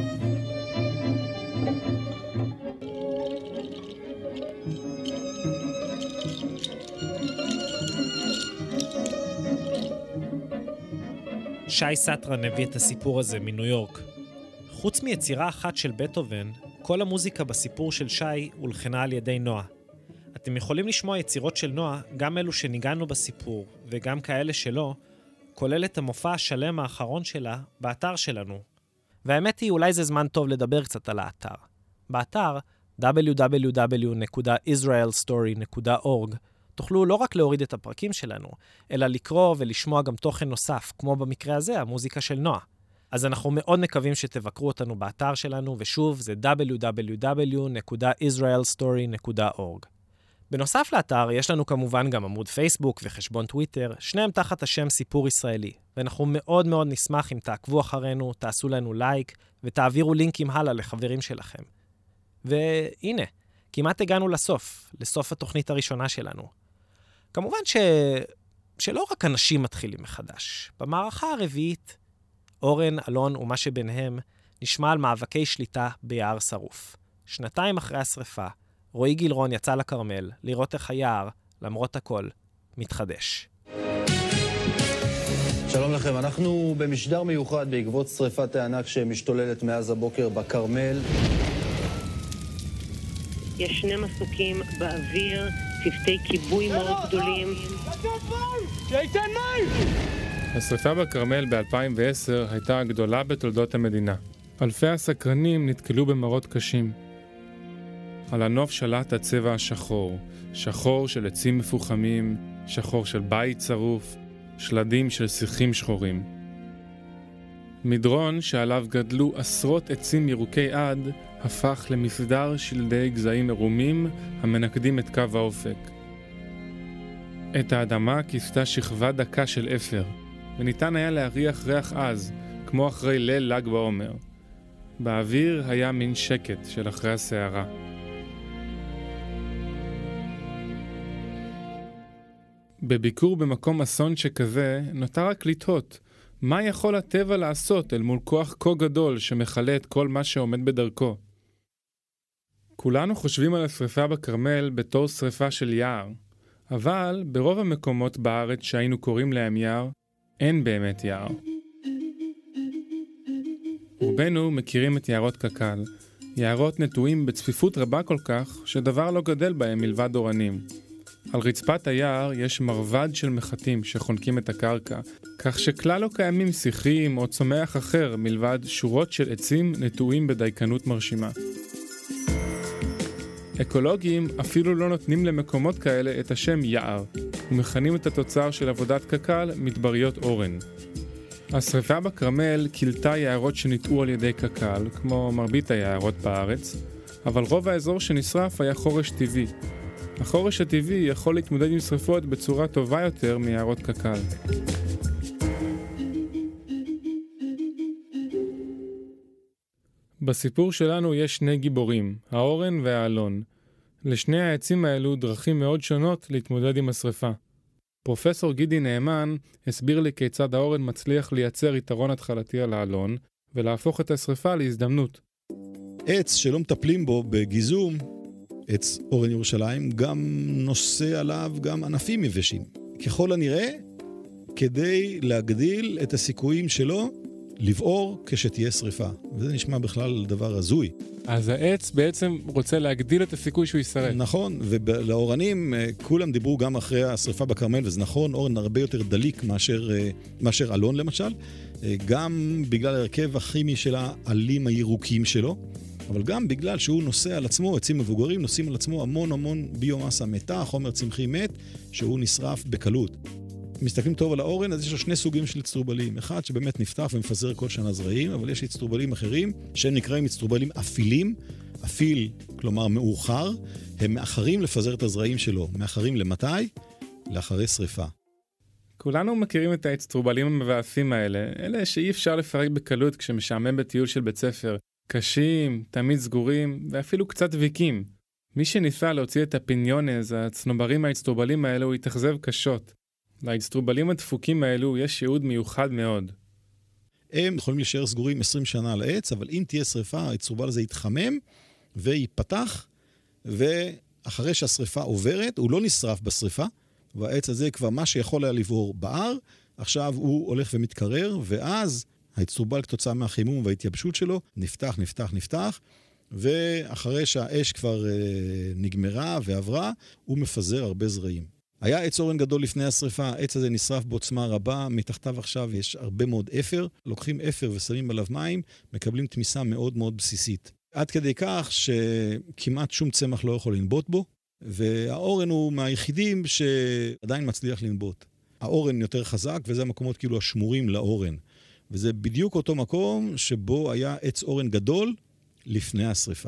שי סטרן הביא את הסיפור הזה מניו יורק. חוץ מיצירה אחת של בטהובן, כל המוזיקה בסיפור של שי הולחנה על ידי נועה. אתם יכולים לשמוע יצירות של נועה, גם אלו שניגענו בסיפור, וגם כאלה שלא, כולל את המופע השלם האחרון שלה באתר שלנו. והאמת היא, אולי זה זמן טוב לדבר קצת על האתר. באתר, www.israelstory.org, תוכלו לא רק להוריד את הפרקים שלנו, אלא לקרוא ולשמוע גם תוכן נוסף, כמו במקרה הזה, המוזיקה של נועה. אז אנחנו מאוד מקווים שתבקרו אותנו באתר שלנו, ושוב, זה www.israelstory.org. בנוסף לאתר, יש לנו כמובן גם עמוד פייסבוק וחשבון טוויטר, שניהם תחת השם סיפור ישראלי, ואנחנו מאוד מאוד נשמח אם תעקבו אחרינו, תעשו לנו לייק, ותעבירו לינקים הלאה לחברים שלכם. והנה, כמעט הגענו לסוף התוכנית הראשונה שלנו. כמובן שלא רק אנשים מתחילים מחדש. במערכה הרביעית, אורן, אלון ומה שביניהם נשמע על מאבקי שליטה ביער שרוף. 2 אחרי השריפה, רועי גילרון יצא לקרמל לראות איך היער, למרות הכל, מתחדש. שלום לכם, אנחנו במשדר מיוחד בעקבות שריפת הענק שמשתוללת מאז הבוקר בקרמל. יש 2 מסוקים באוויר, צוותי כיבוי מאוד גדולים. השריפה בכרמל ב-2010 הייתה הגדולה בתולדות המדינה. אלפי הסקרנים נתקלו במראות קשים. על הנוף שלט הצבע השחור, שחור של עצים מפוחמים, שחור של בית צרוף, שלדים של שיחים שחורים. מדרון שעליו גדלו עשרות עצים ירוקי עד, הפך למסדר שלדי גזעים מרומים המנקדים את קו האופק. את האדמה כיסתה שכבה דקה של אפר, וניתן היה להריח ריח עז, כמו אחרי ליל ל"ג בעומר. באוויר היה מין שקט של אחרי הסערה. בביקור במקום אסון שכזה, נותר רק לתהות, מה יכול הטבע לעשות אל מול כוח כה גדול שמחלה את כל מה שעומד בדרכו? כולנו חושבים על השריפה בכרמל בתור שריפה של יער, אבל ברוב המקומות בארץ שהיינו קוראים להם יער, אין באמת יער. רובנו מכירים את יערות קק"ל, יערות נטועים בצפיפות רבה כל כך שדבר לא גדל בהם מלבד אורנים. על רצפת היער יש מרבד של מחטים שחונקים את הקרקע, כך שכלל לא קיימים שיחים או צומח אחר מלבד שורות של עצים נטועים בדייקנות מרשימה. אקולוגים אפילו לא נותנים למקומות כאלה את השם יער, ומכנים את התוצר של עבודת קק"ל מדבריות אורן. השריפה בכרמל קילתה יערות שניטעו על ידי קק"ל, כמו מרבית היערות בארץ, אבל רוב האזור שנשרף היה חורש טבעי. החורש הטבעי יכול להתמודד עם שריפות בצורה טובה יותר מיערות קק"ל. בסיפור שלנו יש 2 גיבורים, האורן והאלון. לשני העצים האלו דרכים מאוד שונות להתמודד עם השריפה. פרופסור גידי נאמן הסביר לי כיצד האורן מצליח לייצר יתרון התחלתי על האלון, ולהפוך את השריפה להזדמנות. עץ שלא מטפלים בו בגיזום, עץ אורן ירושלים, גם נושא עליו גם ענפים יבשים. ככל הנראה, כדי להגדיל את הסיכויים שלו לבעור כשתהיה שריפה. וזה נשמע בכלל דבר הזוי. אז העץ בעצם רוצה להגדיל את הסיכוי שהוא ישרד. נכון, ולאורנים כולם דיברו גם אחרי השריפה בכרמל, וזה נכון, אורן הרבה יותר דליק מאשר אלון למשל, גם בגלל הרכב הכימי של העלים הירוקים שלו, אבל גם בגלל שהוא נושא על עצמו, עצים מבוגרים נושאים על עצמו המון ביומסה מתה, חומר צמחי מת, שהוא נשרף בקלות. מסתכלים טוב על האורן, אז יש לו 2 סוגים של אצטרובלים. אחד שבאמת נפתח ומפזר כל שנה זרעים, אבל יש אצטרובלים אחרים שהם נקראים אצטרובלים אפילים. אפיל, כלומר מאוחר, הם מאחרים לפזר את הזרעים שלו. מאחרים למתי? לאחרי שריפה. כולנו מכירים את האצטרובלים המבאסים האלה, אלה שאי אפשר לפרק בקלות כשמשעמם בטיול של בית ספר. קשים, תמיד סגורים, ואפילו קצת דביקים. מי שניסה להוציא את הפיניונז, הצנוברים האצטרובלים האלו, הוא התאכזב קשות. לאצטרובלים הדפוקים האלו יש ייעוד מיוחד מאוד. הם יכולים להישאר סגורים 20 שנה על העץ, אבל אם תהיה שריפה, האצטרובל הזה יתחמם ויפתח, ואחרי שהשריפה עוברת, הוא לא נשרף בשריפה, והעץ הזה כבר מה שיכול היה לבעור בער, עכשיו הוא הולך ומתקרר, ואז האצטרובל כתוצאה מהחימום וההתייבשות שלו נפתח, ואחרי שהאש כבר נגמרה ועברה, הוא מפזר הרבה זרעים. היה עץ אורן גדול לפני השריפה, העץ הזה נשרף בעוצמה רבה, מתחתיו עכשיו יש הרבה מאוד אפר, לוקחים אפר ושמים עליו מים, מקבלים תמיסה מאוד מאוד בסיסית. עד כדי כך שכמעט שום צמח לא יכול לנבוט בו, והאורן הוא מהיחידים שעדיין מצליח לנבוט. האורן יותר חזק, וזה המקומות כאילו השמורים לאורן. וזה בדיוק אותו מקום שבו היה עץ אורן גדול לפני השריפה.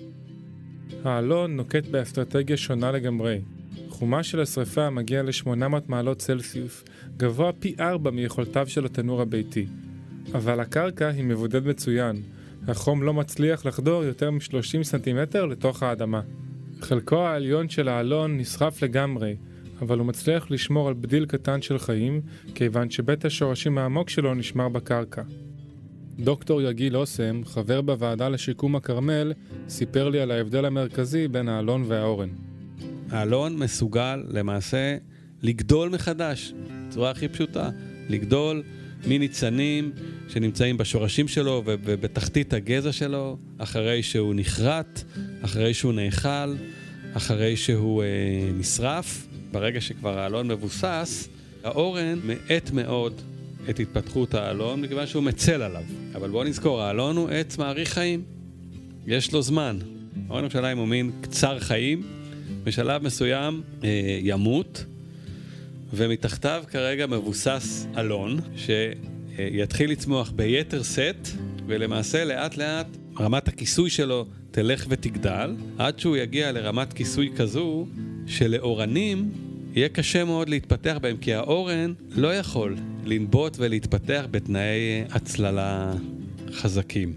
האלון נוקט באסטרטגיה שונה לגמרי. חומה של השריפה מגיע ל-800 מעלות צלסיוס, גבוה פי 4 מיכולתיו של התנור הביתי. אבל הקרקע היא מבודד מצוין. החום לא מצליח לחדור יותר מ-30 סנטימטר לתוך האדמה. חלקו העליון של האלון נשרף לגמרי, אבל הוא מצליח לשמור על בדיל קטן של חיים, כיוון שבית השורשים העמוק שלו נשמר בקרקע. דוקטור יגיל אוסם, חבר בוועדה לשיקום הכרמל, סיפר לי על ההבדל המרכזי בין האלון והאורן. האלון מסוגל למעשה לגדול מחדש, בצורה הכי פשוטה, לגדול מניצנים שנמצאים בשורשים שלו ובתחתית הגזע שלו, אחרי שהוא נחרט, אחרי שהוא נאכל, אחרי שהוא נשרף. ברגע שכבר האלון מבוסס, האורן מעט מאוד את התפתחות האלון, מכיוון שהוא מצל עליו. אבל בואו נזכור, האלון הוא עץ מאריך חיים. יש לו זמן. האורן ירושלים הוא מין קצר חיים, בשלב מסוים ימות, ומתחתיו כרגע מבוסס אלון, שיתחיל לצמוח ביתר סט, ולמעשה לאט לאט רמת הכיסוי שלו תלך ותגדל, עד שהוא יגיע לרמת כיסוי כזו, שלאורנים יהיה קשה מאוד להתפתח בהם, כי האורן לא יכול לנבוט ולהתפתח בתנאי הצללה חזקים.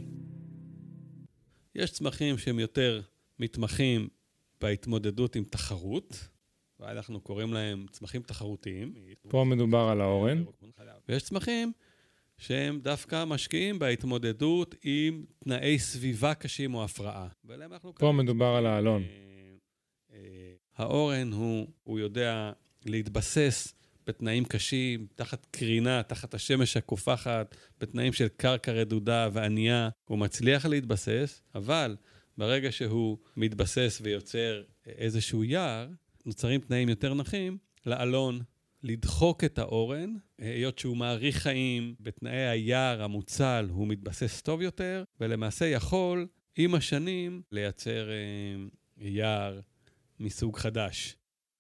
יש צמחים שהם יותר מתמחים בהתמודדות עם תחרות, ואנחנו קוראים להם צמחים תחרותיים. פה מדובר על האורן. ויש צמחים שהם דווקא משקיעים בהתמודדות עם תנאי סביבה קשים או הפרעה. פה מדובר על האלון. האורן הוא יודע להתבסס בתנאים קשים, תחת קרינה, תחת השמש הקופחת, בתנאים של קרקע רדודה וענייה, הוא מצליח להתבסס, אבל ברגע שהוא מתבסס ויוצר איזשהו יער, נוצרים תנאים יותר נחים לאלון לדחוק את האורן, היות שהוא מאריך חיים בתנאי היער המוצל, הוא מתבסס טוב יותר, ולמעשה יכול עם השנים לייצר יער מסוג חדש.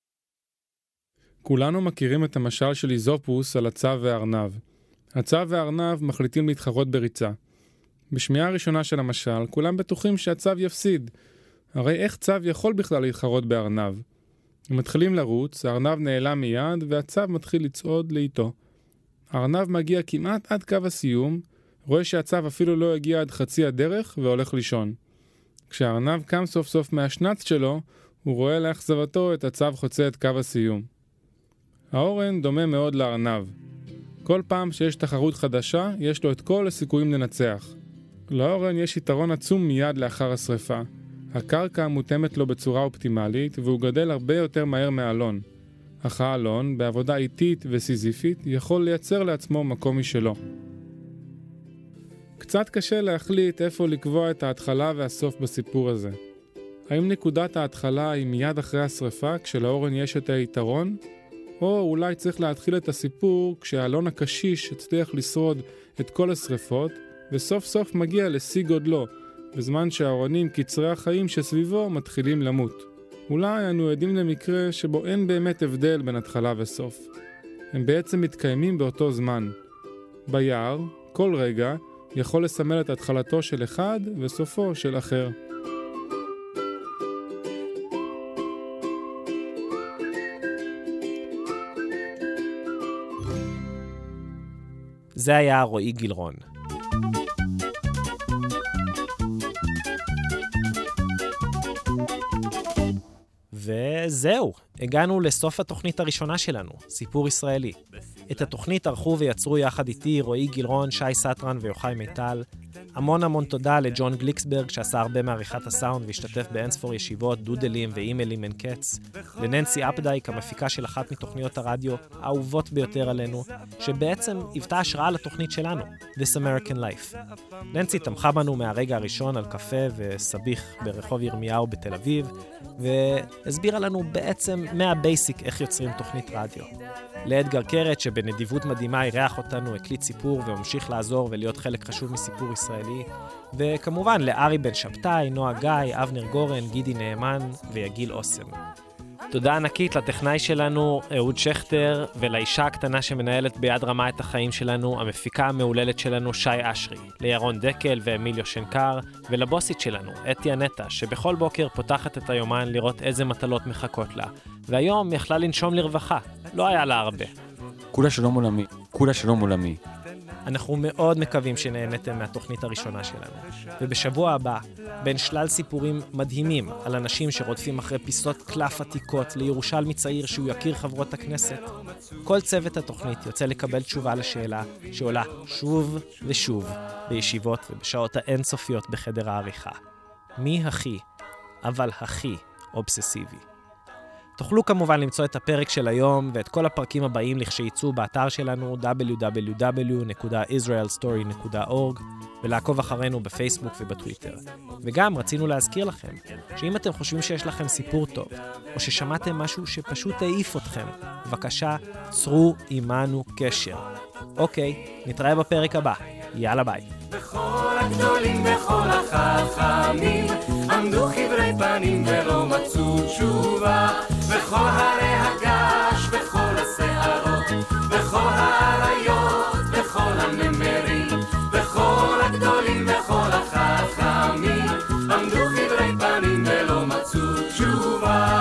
כולנו מכירים את המשל של איזופוס על הצב והארנב. הצב והארנב מחליטים להתחרות בריצה. בשמיעה הראשונה של המשל, כולם בטוחים שהצב יפסיד. הרי איך צב יכול בכלל להתחרות בארנב? הם מתחילים לרוץ, הארנב נעלם מיד, והצב מתחיל לצעוד לאיתו. הארנב מגיע כמעט עד קו הסיום, רואה שהצב אפילו לא הגיע עד חצי הדרך והולך לישון. כשהארנב קם סוף סוף מהשנץ שלו, הוא רואה לאכזבתו את הצב חוצה את קו הסיום. האורן דומה מאוד לארנב. כל פעם שיש תחרות חדשה, יש לו את כל הסיכויים לנצח. לאורן יש יתרון עצום מיד לאחר השריפה. הקרקע מותאמת לו בצורה אופטימלית, והוא גדל הרבה יותר מהר מהאלון. אך האלון, בעבודה איטית וסיזיפית, יכול לייצר לעצמו מקום משלו. קצת קשה להחליט איפה לקבוע את ההתחלה והסוף בסיפור הזה. האם נקודת ההתחלה היא מיד אחרי השריפה, כשלאורן יש את היתרון? או אולי צריך להתחיל את הסיפור כשהאלון הקשיש הצליח לשרוד את כל השריפות, וסוף סוף מגיע לשיא גודלו, בזמן שהאורנים קצרי החיים שסביבו מתחילים למות. אולי אנו עדים למקרה שבו אין באמת הבדל בין התחלה וסוף. הם בעצם מתקיימים באותו זמן. ביער, כל רגע יכול לסמל את התחלתו של אחד וסופו של אחר. זה היה רועי גילרון. וזהו, הגענו לסוף התוכנית הראשונה שלנו, סיפור ישראלי. את התוכנית ערכו ויצרו יחד איתי רועי גילרון, שי סטרן ויוחאי מיטל. המון תודה לג'ון גליקסברג שעשה הרבה מעריכת הסאונד והשתתף באינספור ישיבות, דודלים ואימיילים אין קץ. לננסי אפדייק, המפיקה של אחת מתוכניות הרדיו האהובות ביותר עלינו, שבעצם היוותה השראה לתוכנית שלנו, This American Life. ננסי תמכה בנו מהרגע הראשון על קפה וסביך ברחוב ירמיהו בתל אביב, והסבירה לנו בעצם מהבייסיק איך יוצרים תוכנית רדיו. לאדגר קרת, שבנדיבות מדהימה אירח אותנו, הקליט סיפור וממשיך לעזור ולהיות חלק חשוב מסיפור ישראלי. וכמובן לארי בן שבתאי, נועה גיא, אבנר גורן, גידי נאמן ויגיל אוסם. תודה ענקית לטכנאי שלנו, אהוד שכטר, ולאישה הקטנה שמנהלת ביד רמה את החיים שלנו, המפיקה המעוללת שלנו, שי אשרי, לירון דקל ואמיליו שנקר, ולבוסית שלנו, אתי הנטה, שבכל בוקר פותחת את היומן לראות איזה מטלות מחכות לה, והיום יכלה לנשום לרווחה, לא היה לה הרבה. כולה שלום עולמי, כולה שלום עולמי. אנחנו מאוד מקווים שנהנתם מהתוכנית הראשונה שלנו. ובשבוע הבא, בין שלל סיפורים מדהימים על אנשים שרודפים אחרי פיסות קלף עתיקות לירושלמי צעיר שהוא יכיר חברות הכנסת, כל צוות התוכנית יוצא לקבל תשובה לשאלה שעולה שוב ושוב בישיבות ובשעות האינסופיות בחדר העריכה. מי הכי, אבל הכי אובססיבי? תוכלו כמובן למצוא את הפרק של היום ואת כל הפרקים הבאים לכשיצאו באתר שלנו www.israelstory.org ולעקוב אחרינו בפייסבוק ובטוויטר. וגם רצינו להזכיר לכם שאם אתם חושבים שיש לכם סיפור טוב או ששמעתם משהו שפשוט העיף אתכם, בבקשה צרו עמנו קשר. אוקיי, נתראה בפרק הבא. יאללה ביי. בכל הגדולים בכל החכמים עמדו חברי פנים ולא מצאו תשובה, בכל הרי הגש בכל השערות בכל האריות בכל הנמרים, בכל הגדולים בכל החכמים עמדו חברי פנים ולא מצאו תשובה.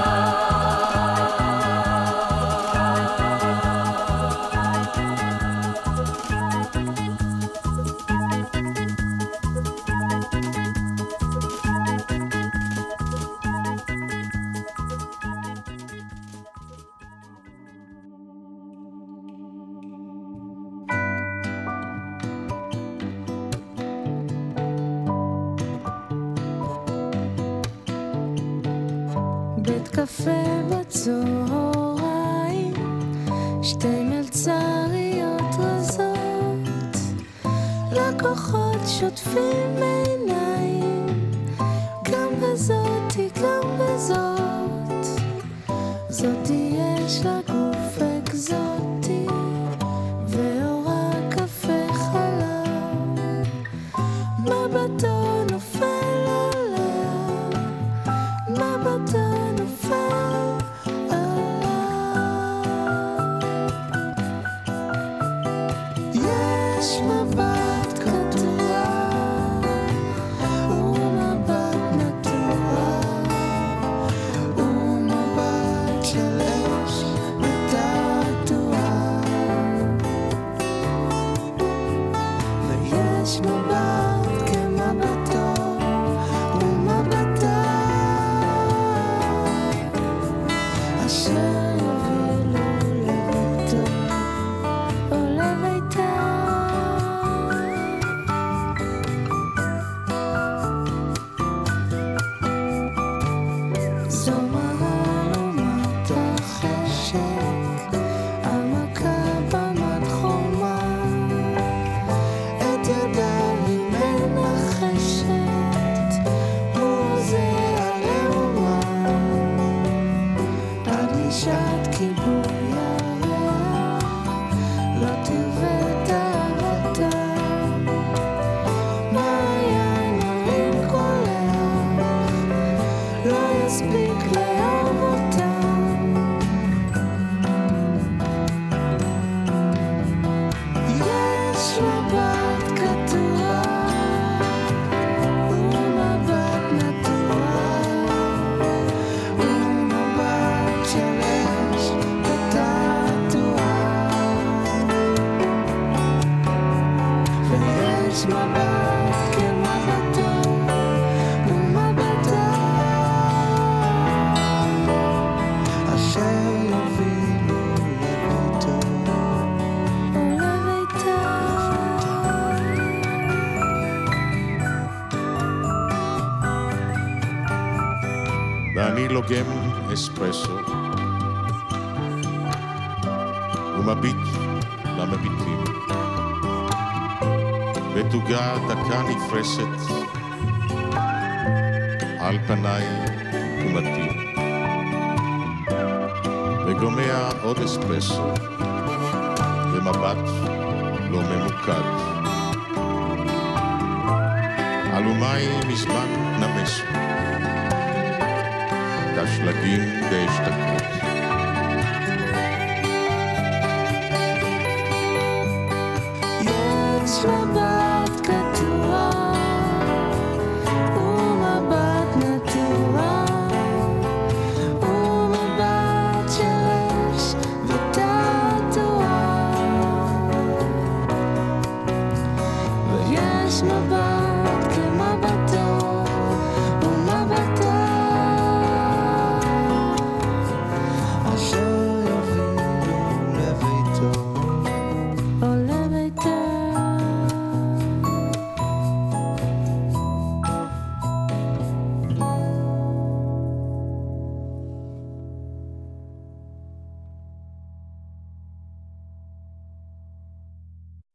בית קפה בצהריים, שתי מלצריות רזות, לקוחות שוטפים עיניים, גם בזאתי גם בזאת, זאתי יש לה גוף אקזוטי ואורה קפה חלב, מבטו נופל עליה, מבטו נופל עליו. יש מבט קטוע ומבט נטוע ומבט של אש ותעתוע, ויש מבט כמבטו ומבטה אשר יובילו לביתו או לביתה. זו מראה לעומת החשק, עמקה במד חומה, את ידיו היא מנחשת, הוא זה הלאומה, עד לשעת כיבוי הירח, לא תרווה תאוותה, מעיין הרים קולח, לא יספיק לאהוב אותה. יש מבט קטוע ומבט נטוע ומבט של אש ותעתוע, ויש מבט כמבטו ומבטה אשר יובילו לביתו או לביתה. ואני לוגם אספרסו ומביט למביטים, ותוגה דקה נפרסת על פניי ומתים, וגומע עוד אספרסו ומבט לא ממוקד, אלומי מזמן נמסו כשלגים דאשתקד. יש מבט קטוע ומבט נטוע ומבט של אש ותעתוע, ויש מבט